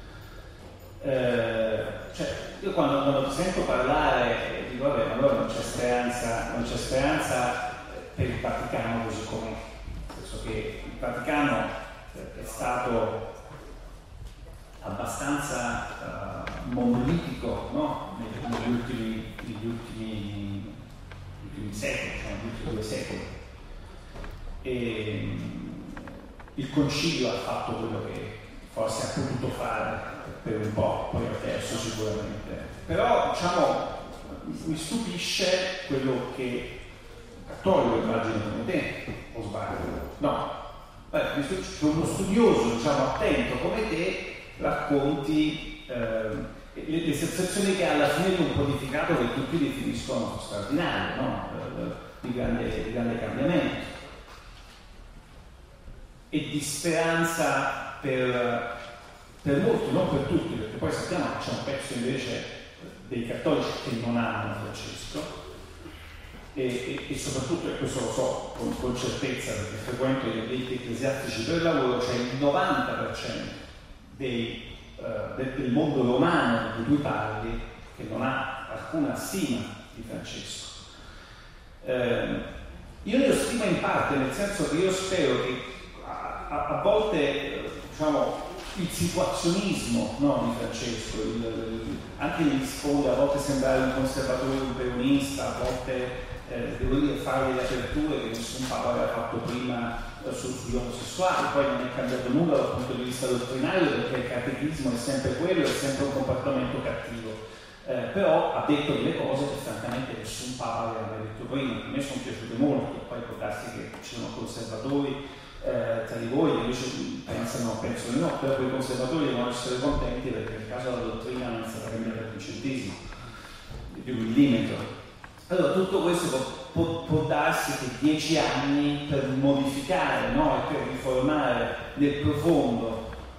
Eh, cioè, io quando, quando ti sento parlare dico vabbè, ma allora non c'è speranza, non c'è speranza per il Vaticano così com'è, nel senso che il Vaticano è stato abbastanza uh, monolitico, no? negli, ultimi, negli, ultimi, negli ultimi secoli, cioè negli ultimi due secoli. E, um, il Concilio ha fatto quello che forse ha potuto fare per un po', poi ha perso sicuramente. Però diciamo mi stupisce quello che Cattolico immagino come te, o sbaglio? No, Beh, mi stupisce uno studioso, diciamo, attento come te racconti eh, le, le sensazioni che alla fine di un codificato che tutti definiscono straordinario, no? di, grande, di grande cambiamento e di speranza per, per molti, non per tutti, perché poi sappiamo che c'è un pezzo invece dei cattolici che non amano Francesco e, e, e soprattutto, e questo lo so con, con certezza perché frequento gli ambienti ecclesiastici per lavoro, c'è il novanta per cento Dei, uh, del, del mondo romano di cui parli che non ha alcuna stima di Francesco. Eh, io ne ho stima in parte, nel senso che io spero che a, a, a volte diciamo, il situazionismo no, di Francesco, il, il, anche gli sfondi, a volte sembrare un conservatore un peronista, a volte eh, devo dire fare delle aperture che nessun papa aveva fatto prima sugli omosessuali, poi non è cambiato nulla dal punto di vista dottrinario perché il catechismo è sempre quello, è sempre un comportamento cattivo, eh, però ha detto delle cose che francamente nessun papa aveva mai detto prima. A me sono piaciute molto, poi può darsi che ci sono conservatori eh, tra di voi che invece pensano, pensano di no, però quei conservatori devono essere contenti perché nel caso della dottrina non è stata cambiata per un centesimo di un millimetro. Allora tutto questo può, può, può darsi che dieci anni per modificare no? e per riformare nel profondo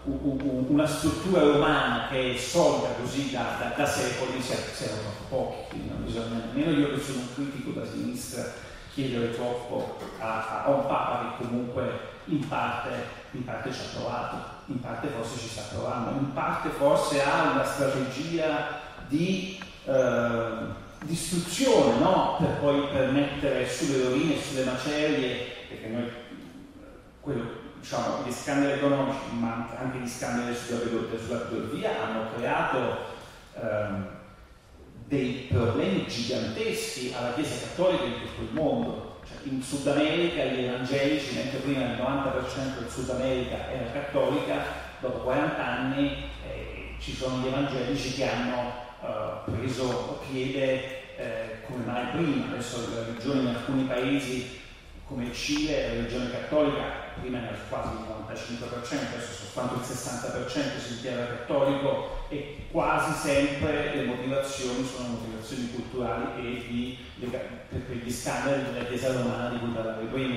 una struttura romana che è solida così da, da, da secoli, servono troppo pochi, non bisogna nemmeno io che sono un critico da sinistra chiedere troppo a, a un Papa che comunque in parte, in parte ci ha provato, in parte forse ci sta provando, in parte forse ha una strategia di eh, distruzione, no? Per poi permettere sulle rovine, sulle macerie, perché noi quello, diciamo, gli scandali economici, ma anche gli scandali sulla pedofila hanno creato ehm, dei problemi giganteschi alla Chiesa Cattolica in tutto il mondo. Cioè, in Sud America gli evangelici, mentre prima il novanta per cento del Sud America era cattolica, dopo quaranta anni eh, ci sono gli evangelici che hanno eh, preso piede eh, come mai prima. Adesso la religione in alcuni paesi come il Cile, la religione cattolica prima era quasi il novantacinque per cento, adesso soltanto il sessanta per cento si dichiara cattolico, e quasi sempre le motivazioni sono motivazioni culturali e di, per gli scandali della Chiesa romana di cui parlavo prima.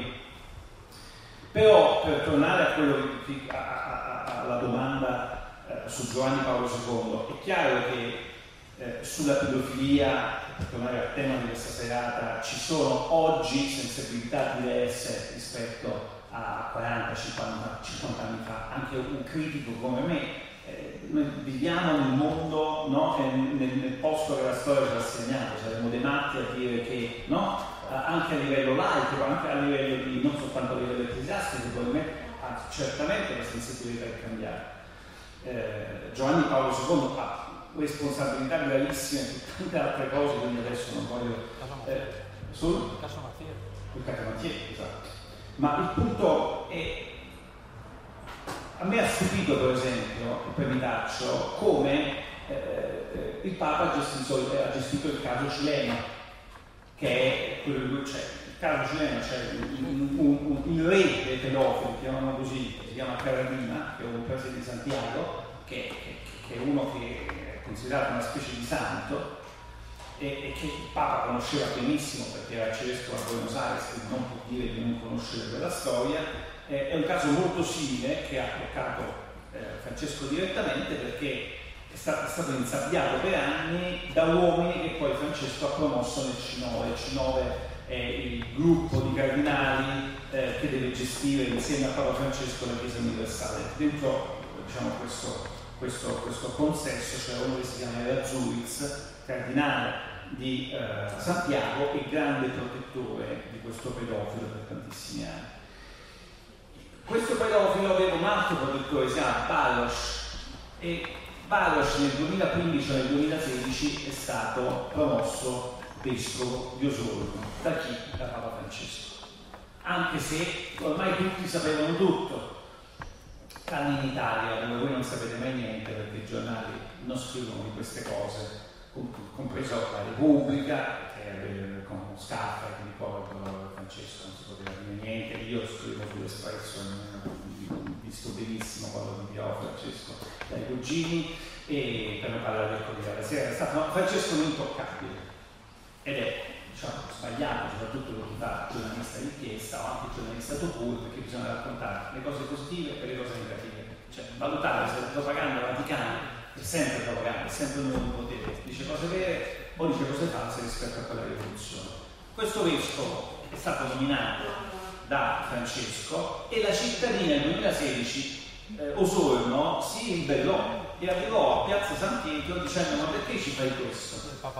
Però per tornare a quello che, a, a, a, alla domanda eh, su Giovanni Paolo secondo, è chiaro che eh, sulla pedofilia, per tornare al tema di questa serata, ci sono oggi sensibilità diverse rispetto a quaranta cinquanta anni fa. Anche un critico come me, eh, noi viviamo nel mondo, no? nel, nel posto che la storia ci ha assegnato, saremmo dei matti a dire che no? Anche a livello laico, anche a livello di, non soltanto a livello ecclesiastico, probabilmente, anzi certamente la sensibilità è cambiata. Eh, Giovanni Paolo secondo ha responsabilità gravissime su tante altre cose, quindi adesso non voglio eh, sul caso Mattieri, sul caso Mattieri, esatto. Ma il punto è, a me ha stupito per esempio, e poi mi taccio, come eh, il Papa ha gestito, ha gestito il caso cileno, che è quello di cui c'è. Il caso cileno c'è un, un, un, il re dei pedofili, chiamano così, si chiama Carabina, che è un prete di Santiago, che, che, che è uno che è considerato una specie di santo, e, e che il Papa conosceva benissimo perché era arcivescovo a Buenos Aires, quindi non può dire di non conoscere quella storia. Eh, è un caso molto simile che ha toccato eh, Francesco direttamente, perché è stato, è stato insabbiato per anni da uomini che poi Francesco ha promosso nel C nove. Il C nove è il gruppo di cardinali eh, che deve gestire insieme a Papa Francesco la Chiesa universale. Dentro diciamo, questo, questo, questo consesso c'era uno che si chiama Errázuriz, cardinale di eh, Santiago e grande protettore di questo pedofilo per tantissimi anni. Questo pedofilo aveva un altro protettore, si chiama Balos, e Balos nel duemilaquindici o nel duemilasedici è stato promosso vescovo di Osorno. Da chi? Da Papa Francesco. Anche se ormai tutti sapevano tutto, tranne in Italia, dove voi non sapete mai niente perché i giornali non scrivono di queste cose, compreso la Repubblica, che con Scaffa, che ricordo Francesco non si poteva dire niente, io scrivo sull'Espresso, visto benissimo quando mi inviavo Francesco dai cugini, e per non parlare del Corriere della Sera, è stato Francesco un intoccabile, ed è diciamo, sbagliato, soprattutto per chi fa giornalista d'inchiesta o anche giornalista tout court, perché bisogna raccontare le cose positive e le cose negative, cioè valutare se la propaganda vaticana è sempre propaganda, è sempre un nuovo potere, dice cose vere o dice cose false rispetto a quella rivoluzione. Questo vescovo è stato nominato da Francesco e la cittadina nel duemilasedici eh, Osorno si ribellò e arrivò a Piazza San Pietro dicendo: ma perché ci fai questo?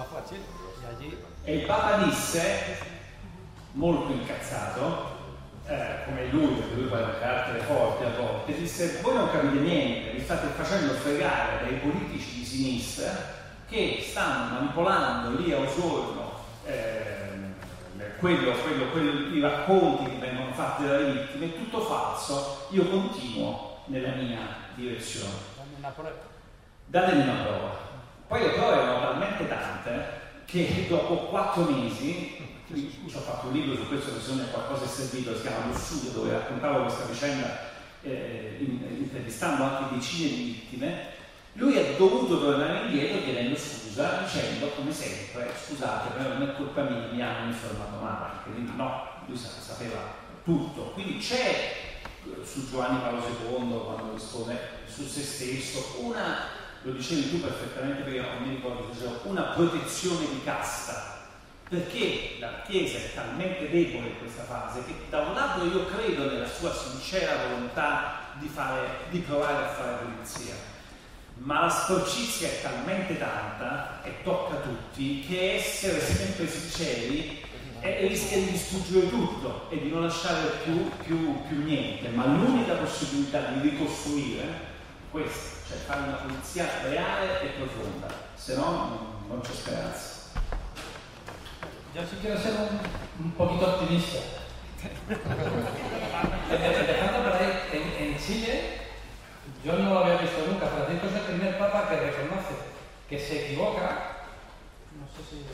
E il Papa disse, molto incazzato, Eh, come lui, perché lui fa un carattere forte a volte, disse: voi non capite niente, vi state facendo fregare dai politici di sinistra che stanno manipolando lì a Osorno eh, quello, quello, quello, i racconti che vengono fatti dalle vittime, è tutto falso, io continuo nella mia direzione. Datemi una prova. Poi le prove erano talmente tante che dopo quattro mesi ci ho fatto un libro su questo, che secondo me qualcosa è servito, si chiama Lussudio, dove raccontavo questa vicenda eh, intervistando anche decine di vittime. Lui è dovuto tornare indietro chiedendo scusa, dicendo come sempre: scusate, però non è colpa mia, mi hanno informato male, quindi no, lui sapeva tutto. Quindi c'è su Giovanni Paolo secondo quando rispone su se stesso, una, lo dicevi tu perfettamente perché non mi ricordo, dicevo, una protezione di casta. Perché la Chiesa è talmente debole in questa fase che da un lato io credo nella sua sincera volontà di, fare, di provare a fare pulizia, ma la sporcizia è talmente tanta e tocca tutti che essere sempre sinceri è, rischia di distruggere tutto e di non lasciare più, più, più niente. Ma l'unica possibilità di ricostruire è questa, cioè fare una pulizia reale e profonda, se no non, non c'è speranza. Yo sí quiero ser un, un poquito optimista. Empezando por ahí, en, en Chile, yo no lo había visto nunca. Francisco es el primer papa que reconoce que se equivoca. No sé si.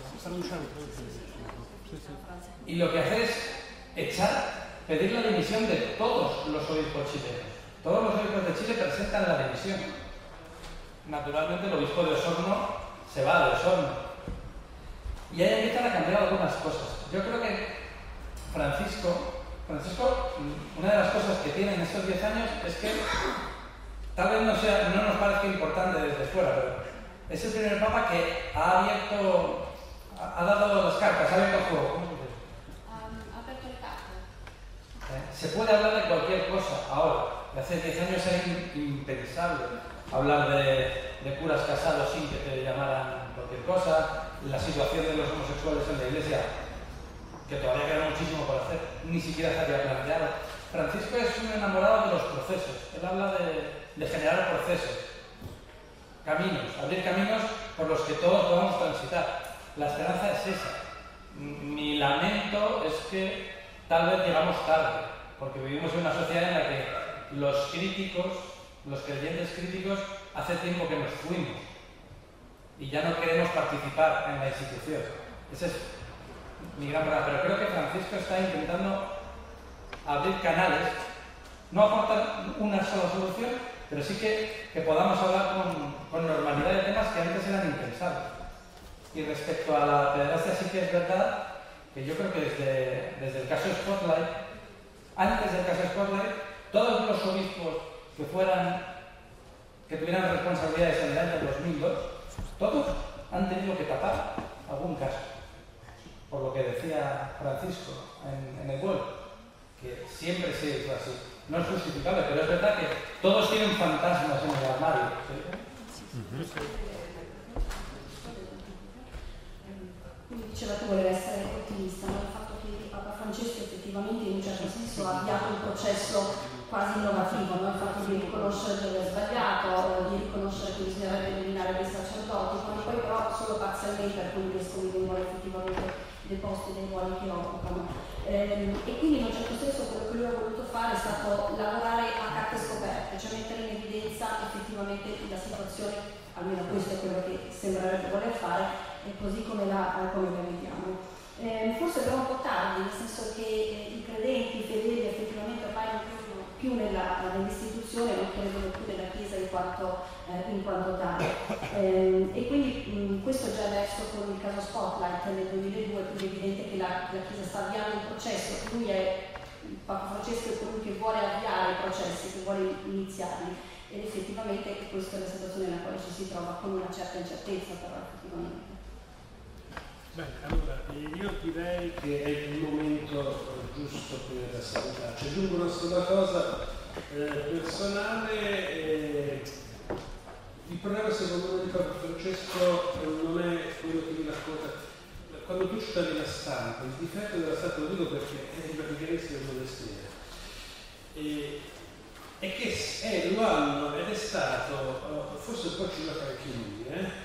Y lo que hace es echar, pedir la dimisión de todos los obispos chilenos. Todos los obispos de Chile presentan la dimisión. Naturalmente, el obispo de Osorno se va de Osorno. Y ahí empiezan a cambiar algunas cosas. Yo creo que Francisco, Francisco, una de las cosas que tiene en estos diez años es que tal vez no, sea, no nos parezca importante desde fuera, pero es el primer papa que ha abierto, ha, ha dado las cartas, ha abierto el juego. ¿Cómo se dice? Ha aperto el cartas. ¿Eh? Se puede hablar de cualquier cosa ahora. Hace diez años era impensable hablar de, de curas casados sin que te llamaran cualquier cosa. La situación de los homosexuales en la Iglesia, que todavía queda muchísimo por hacer, ni siquiera se había planteado. Francisco es un enamorado de los procesos. Él habla de, de generar procesos, caminos, abrir caminos por los que todos podamos transitar. La esperanza es esa. Mi lamento es que tal vez llegamos tarde, porque vivimos en una sociedad en la que los críticos, los creyentes críticos, hace tiempo que nos fuimos y ya no queremos participar en la institución. Ese es mi gran problema. Pero creo que Francisco está intentando abrir canales, no aportar una sola solución, pero sí que, que podamos hablar con, con normalidad de temas que antes eran impensables. Y respecto a la pederastia, sí que es verdad que yo creo que desde, desde el caso Spotlight, antes del caso Spotlight, todos los obispos que fueran, que tuvieran responsabilidades en el año dos mil dos, todos han tenido que tapar algún caso, por lo que decía Francisco en, en el vuelo, que siempre se hizo así. No es justificable, pero es verdad que todos tienen fantasmas en el armario. ¿Sí? Quindi diceva tu volevi essere ottimista, no? Il fatto che Papa Francesco effettivamente in un certo senso ha avviato un processo quasi innovativo, no? Il fatto di riconoscere dove è sbagliato, di riconoscere che bisognerebbe eliminare dei sacerdoti, quando poi però solo parzialmente alcuni vescovi vengono effettivamente deposti dai ruoli che occupano. Ehm, e quindi in un certo senso quello che lui ha voluto fare è stato lavorare a carte scoperte, cioè mettere in evidenza effettivamente la situazione, almeno questo è quello che sembrerebbe voler fare, e così come la, come la vediamo. Eh, forse però un po' tardi, nel senso che eh, i credenti, i fedeli effettivamente ormai non credono più nella, nell'istituzione, non credono più nella Chiesa in quanto, eh, in quanto tale. Eh, e quindi mh, questo è già emerso con il caso Spotlight nel duemiladue, quindi è evidente che la, la Chiesa sta avviando un processo, lui è, il Papa Francesco è colui che vuole avviare i processi, che vuole iniziarli, ed effettivamente questa è la situazione nella quale ci si trova, con una certa incertezza però effettivamente. Beh, allora, io direi che è il momento giusto per salutarci. Aggiungo una sola cosa eh, personale. Eh, il problema secondo me di Papa Francesco non è quello che mi racconta. Quando tu stavi la stampa, il difetto della stampa, lo dico perché è il vaticanese del monastero. E, e che è, lo hanno, ed è stato, forse poi ci gioca anche lui, eh?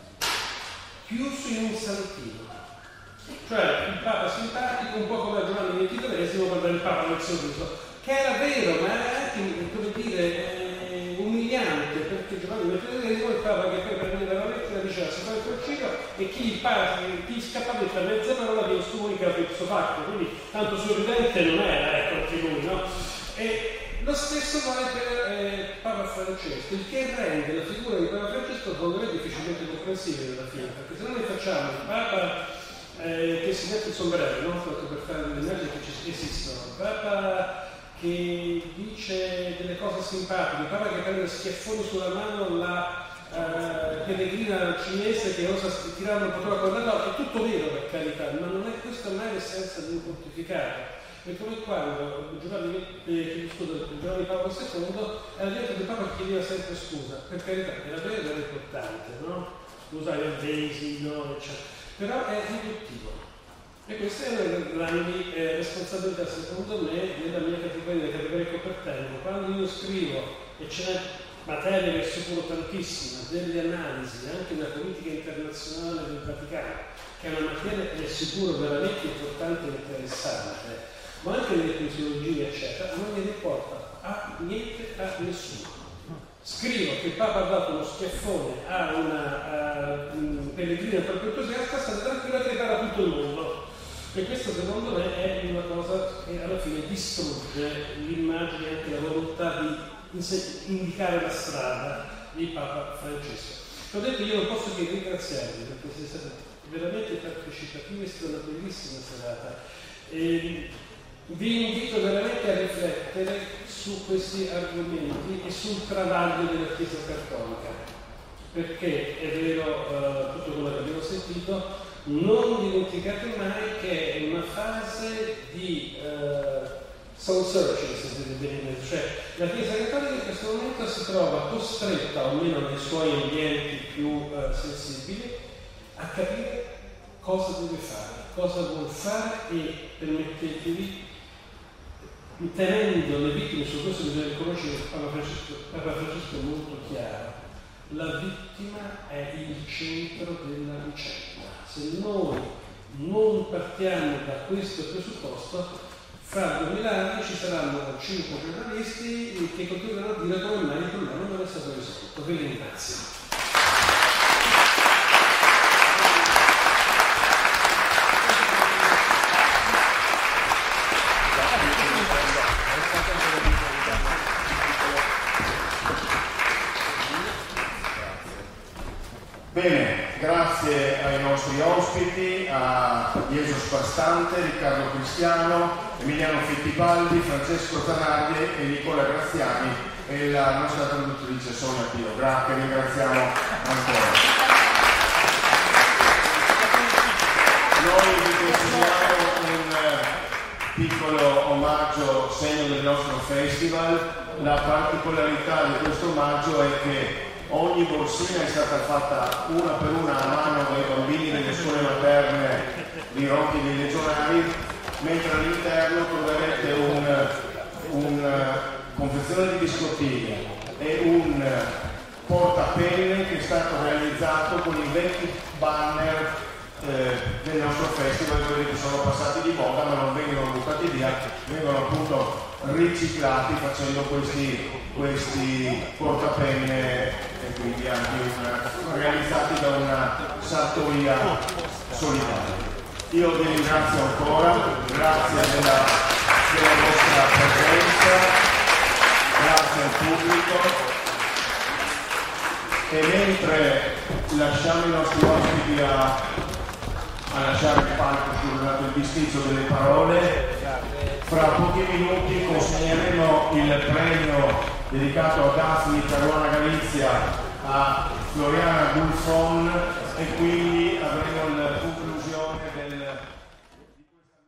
chiuso in un santino, cioè il Papa simpatico, un po' come Giovanni ventitreesimo quando il Papa non si è chiuso, che era vero, ma era anche, come dire, eh, umiliante, perché Giovanni ventitreesimo il Papa che poi prendeva la lettera diceva si fa il concilio e chi, parla, chi scappava di fare mezza parola che comunicato il suo fatto, quindi tanto sorridente non era, ecco anche lui, no? E lo stesso vale per eh, Papa Francesco, il che rende la figura di Papa Francesco secondo me difficilmente comprensibile alla fine, perché se non ne facciamo il Papa eh, che si mette il sombrero, no? Per fare delle immagini che ci esistono, Papa che dice delle cose simpatiche, il Papa che prende schiaffoni sulla mano la uh, pellegrina cinese che osa tirare un po' la corda, è tutto vero per carità, ma non è questa mai l'essenza di un pontificato. È come quando Giovanni, eh, scusa, Giovanni Paolo secondo era diventato il Papa che chiedeva sempre scusa, per carità, era vero, era importante, no? Usare il vesino, eccetera. Però è riduttivo. E questa è una delle grandi eh, responsabilità, secondo me, della mia categoria, della categoria Copertengo. Quando io scrivo, e ce n'è materia che assicuro tantissima, delle analisi, anche della politica internazionale del Vaticano, che è una materia che assicuro veramente importante e interessante, ma anche delle crisiologie, eccetera, non mi riporta a niente a nessuno. Scrivo che il Papa ha dato uno schiaffone a una uh, pellegrina proprio entusiasta, sta tranquilla che ripara tutto il mondo. E questo secondo me è una cosa che alla fine distrugge l'immagine e anche la volontà di indicare la strada di Papa Francesco. Ho detto, io non posso che ringraziarvi perché siete stati veramente partecipativi, è stata una bellissima serata. E vi invito veramente a riflettere su questi argomenti e sul travaglio della Chiesa Cattolica, perché è vero uh, tutto quello che abbiamo sentito, non dimenticate mai che è una fase di uh, soul searching, se siete bene, cioè la Chiesa Cattolica in questo momento si trova costretta, almeno nei suoi ambienti più uh, sensibili, a capire cosa deve fare, cosa vuol fare e permettetevi, tenendo le vittime, su questo bisogna riconoscere che Papa Francesco, Papa Francesco è molto chiaro, la vittima è il centro della vicenda. Se noi non partiamo da questo presupposto, fra duemila anni ci saranno cinque giornalisti che continueranno a dire come mai il problema non è stato risolto. Vi ringrazio. Bene, grazie ai nostri ospiti, a Ieso Spastante, Riccardo Cristiano, Emiliano Fittipaldi, Francesco Zanardi e Nicola Graziani e la nostra traduttrice Sonia Pio. Grazie, ringraziamo ancora. Noi vi consigliamo un piccolo omaggio, segno del nostro festival. La particolarità di questo omaggio è che ogni borsina è stata fatta una per una a mano dai bambini delle scuole materne di Ronchi dei Legionari, mentre all'interno troverete un, un confezione di biscottini e un portapenne che è stato realizzato con i vecchi banner eh, del nostro festival, quelli che sono passati di moda ma non vengono buttati via, vengono appunto riciclati facendo questi, questi portapenne e quindi anche una, realizzati da una sartoria solidaria. Io vi ringrazio ancora, grazie della, della vostra presenza, grazie al pubblico e mentre lasciamo i nostri ospiti a, a lasciare il palco sul bisticcio delle parole, fra pochi minuti consegneremo il premio dedicato a Daphne Caruana Galizia a Floriana Gulfon e quindi avremo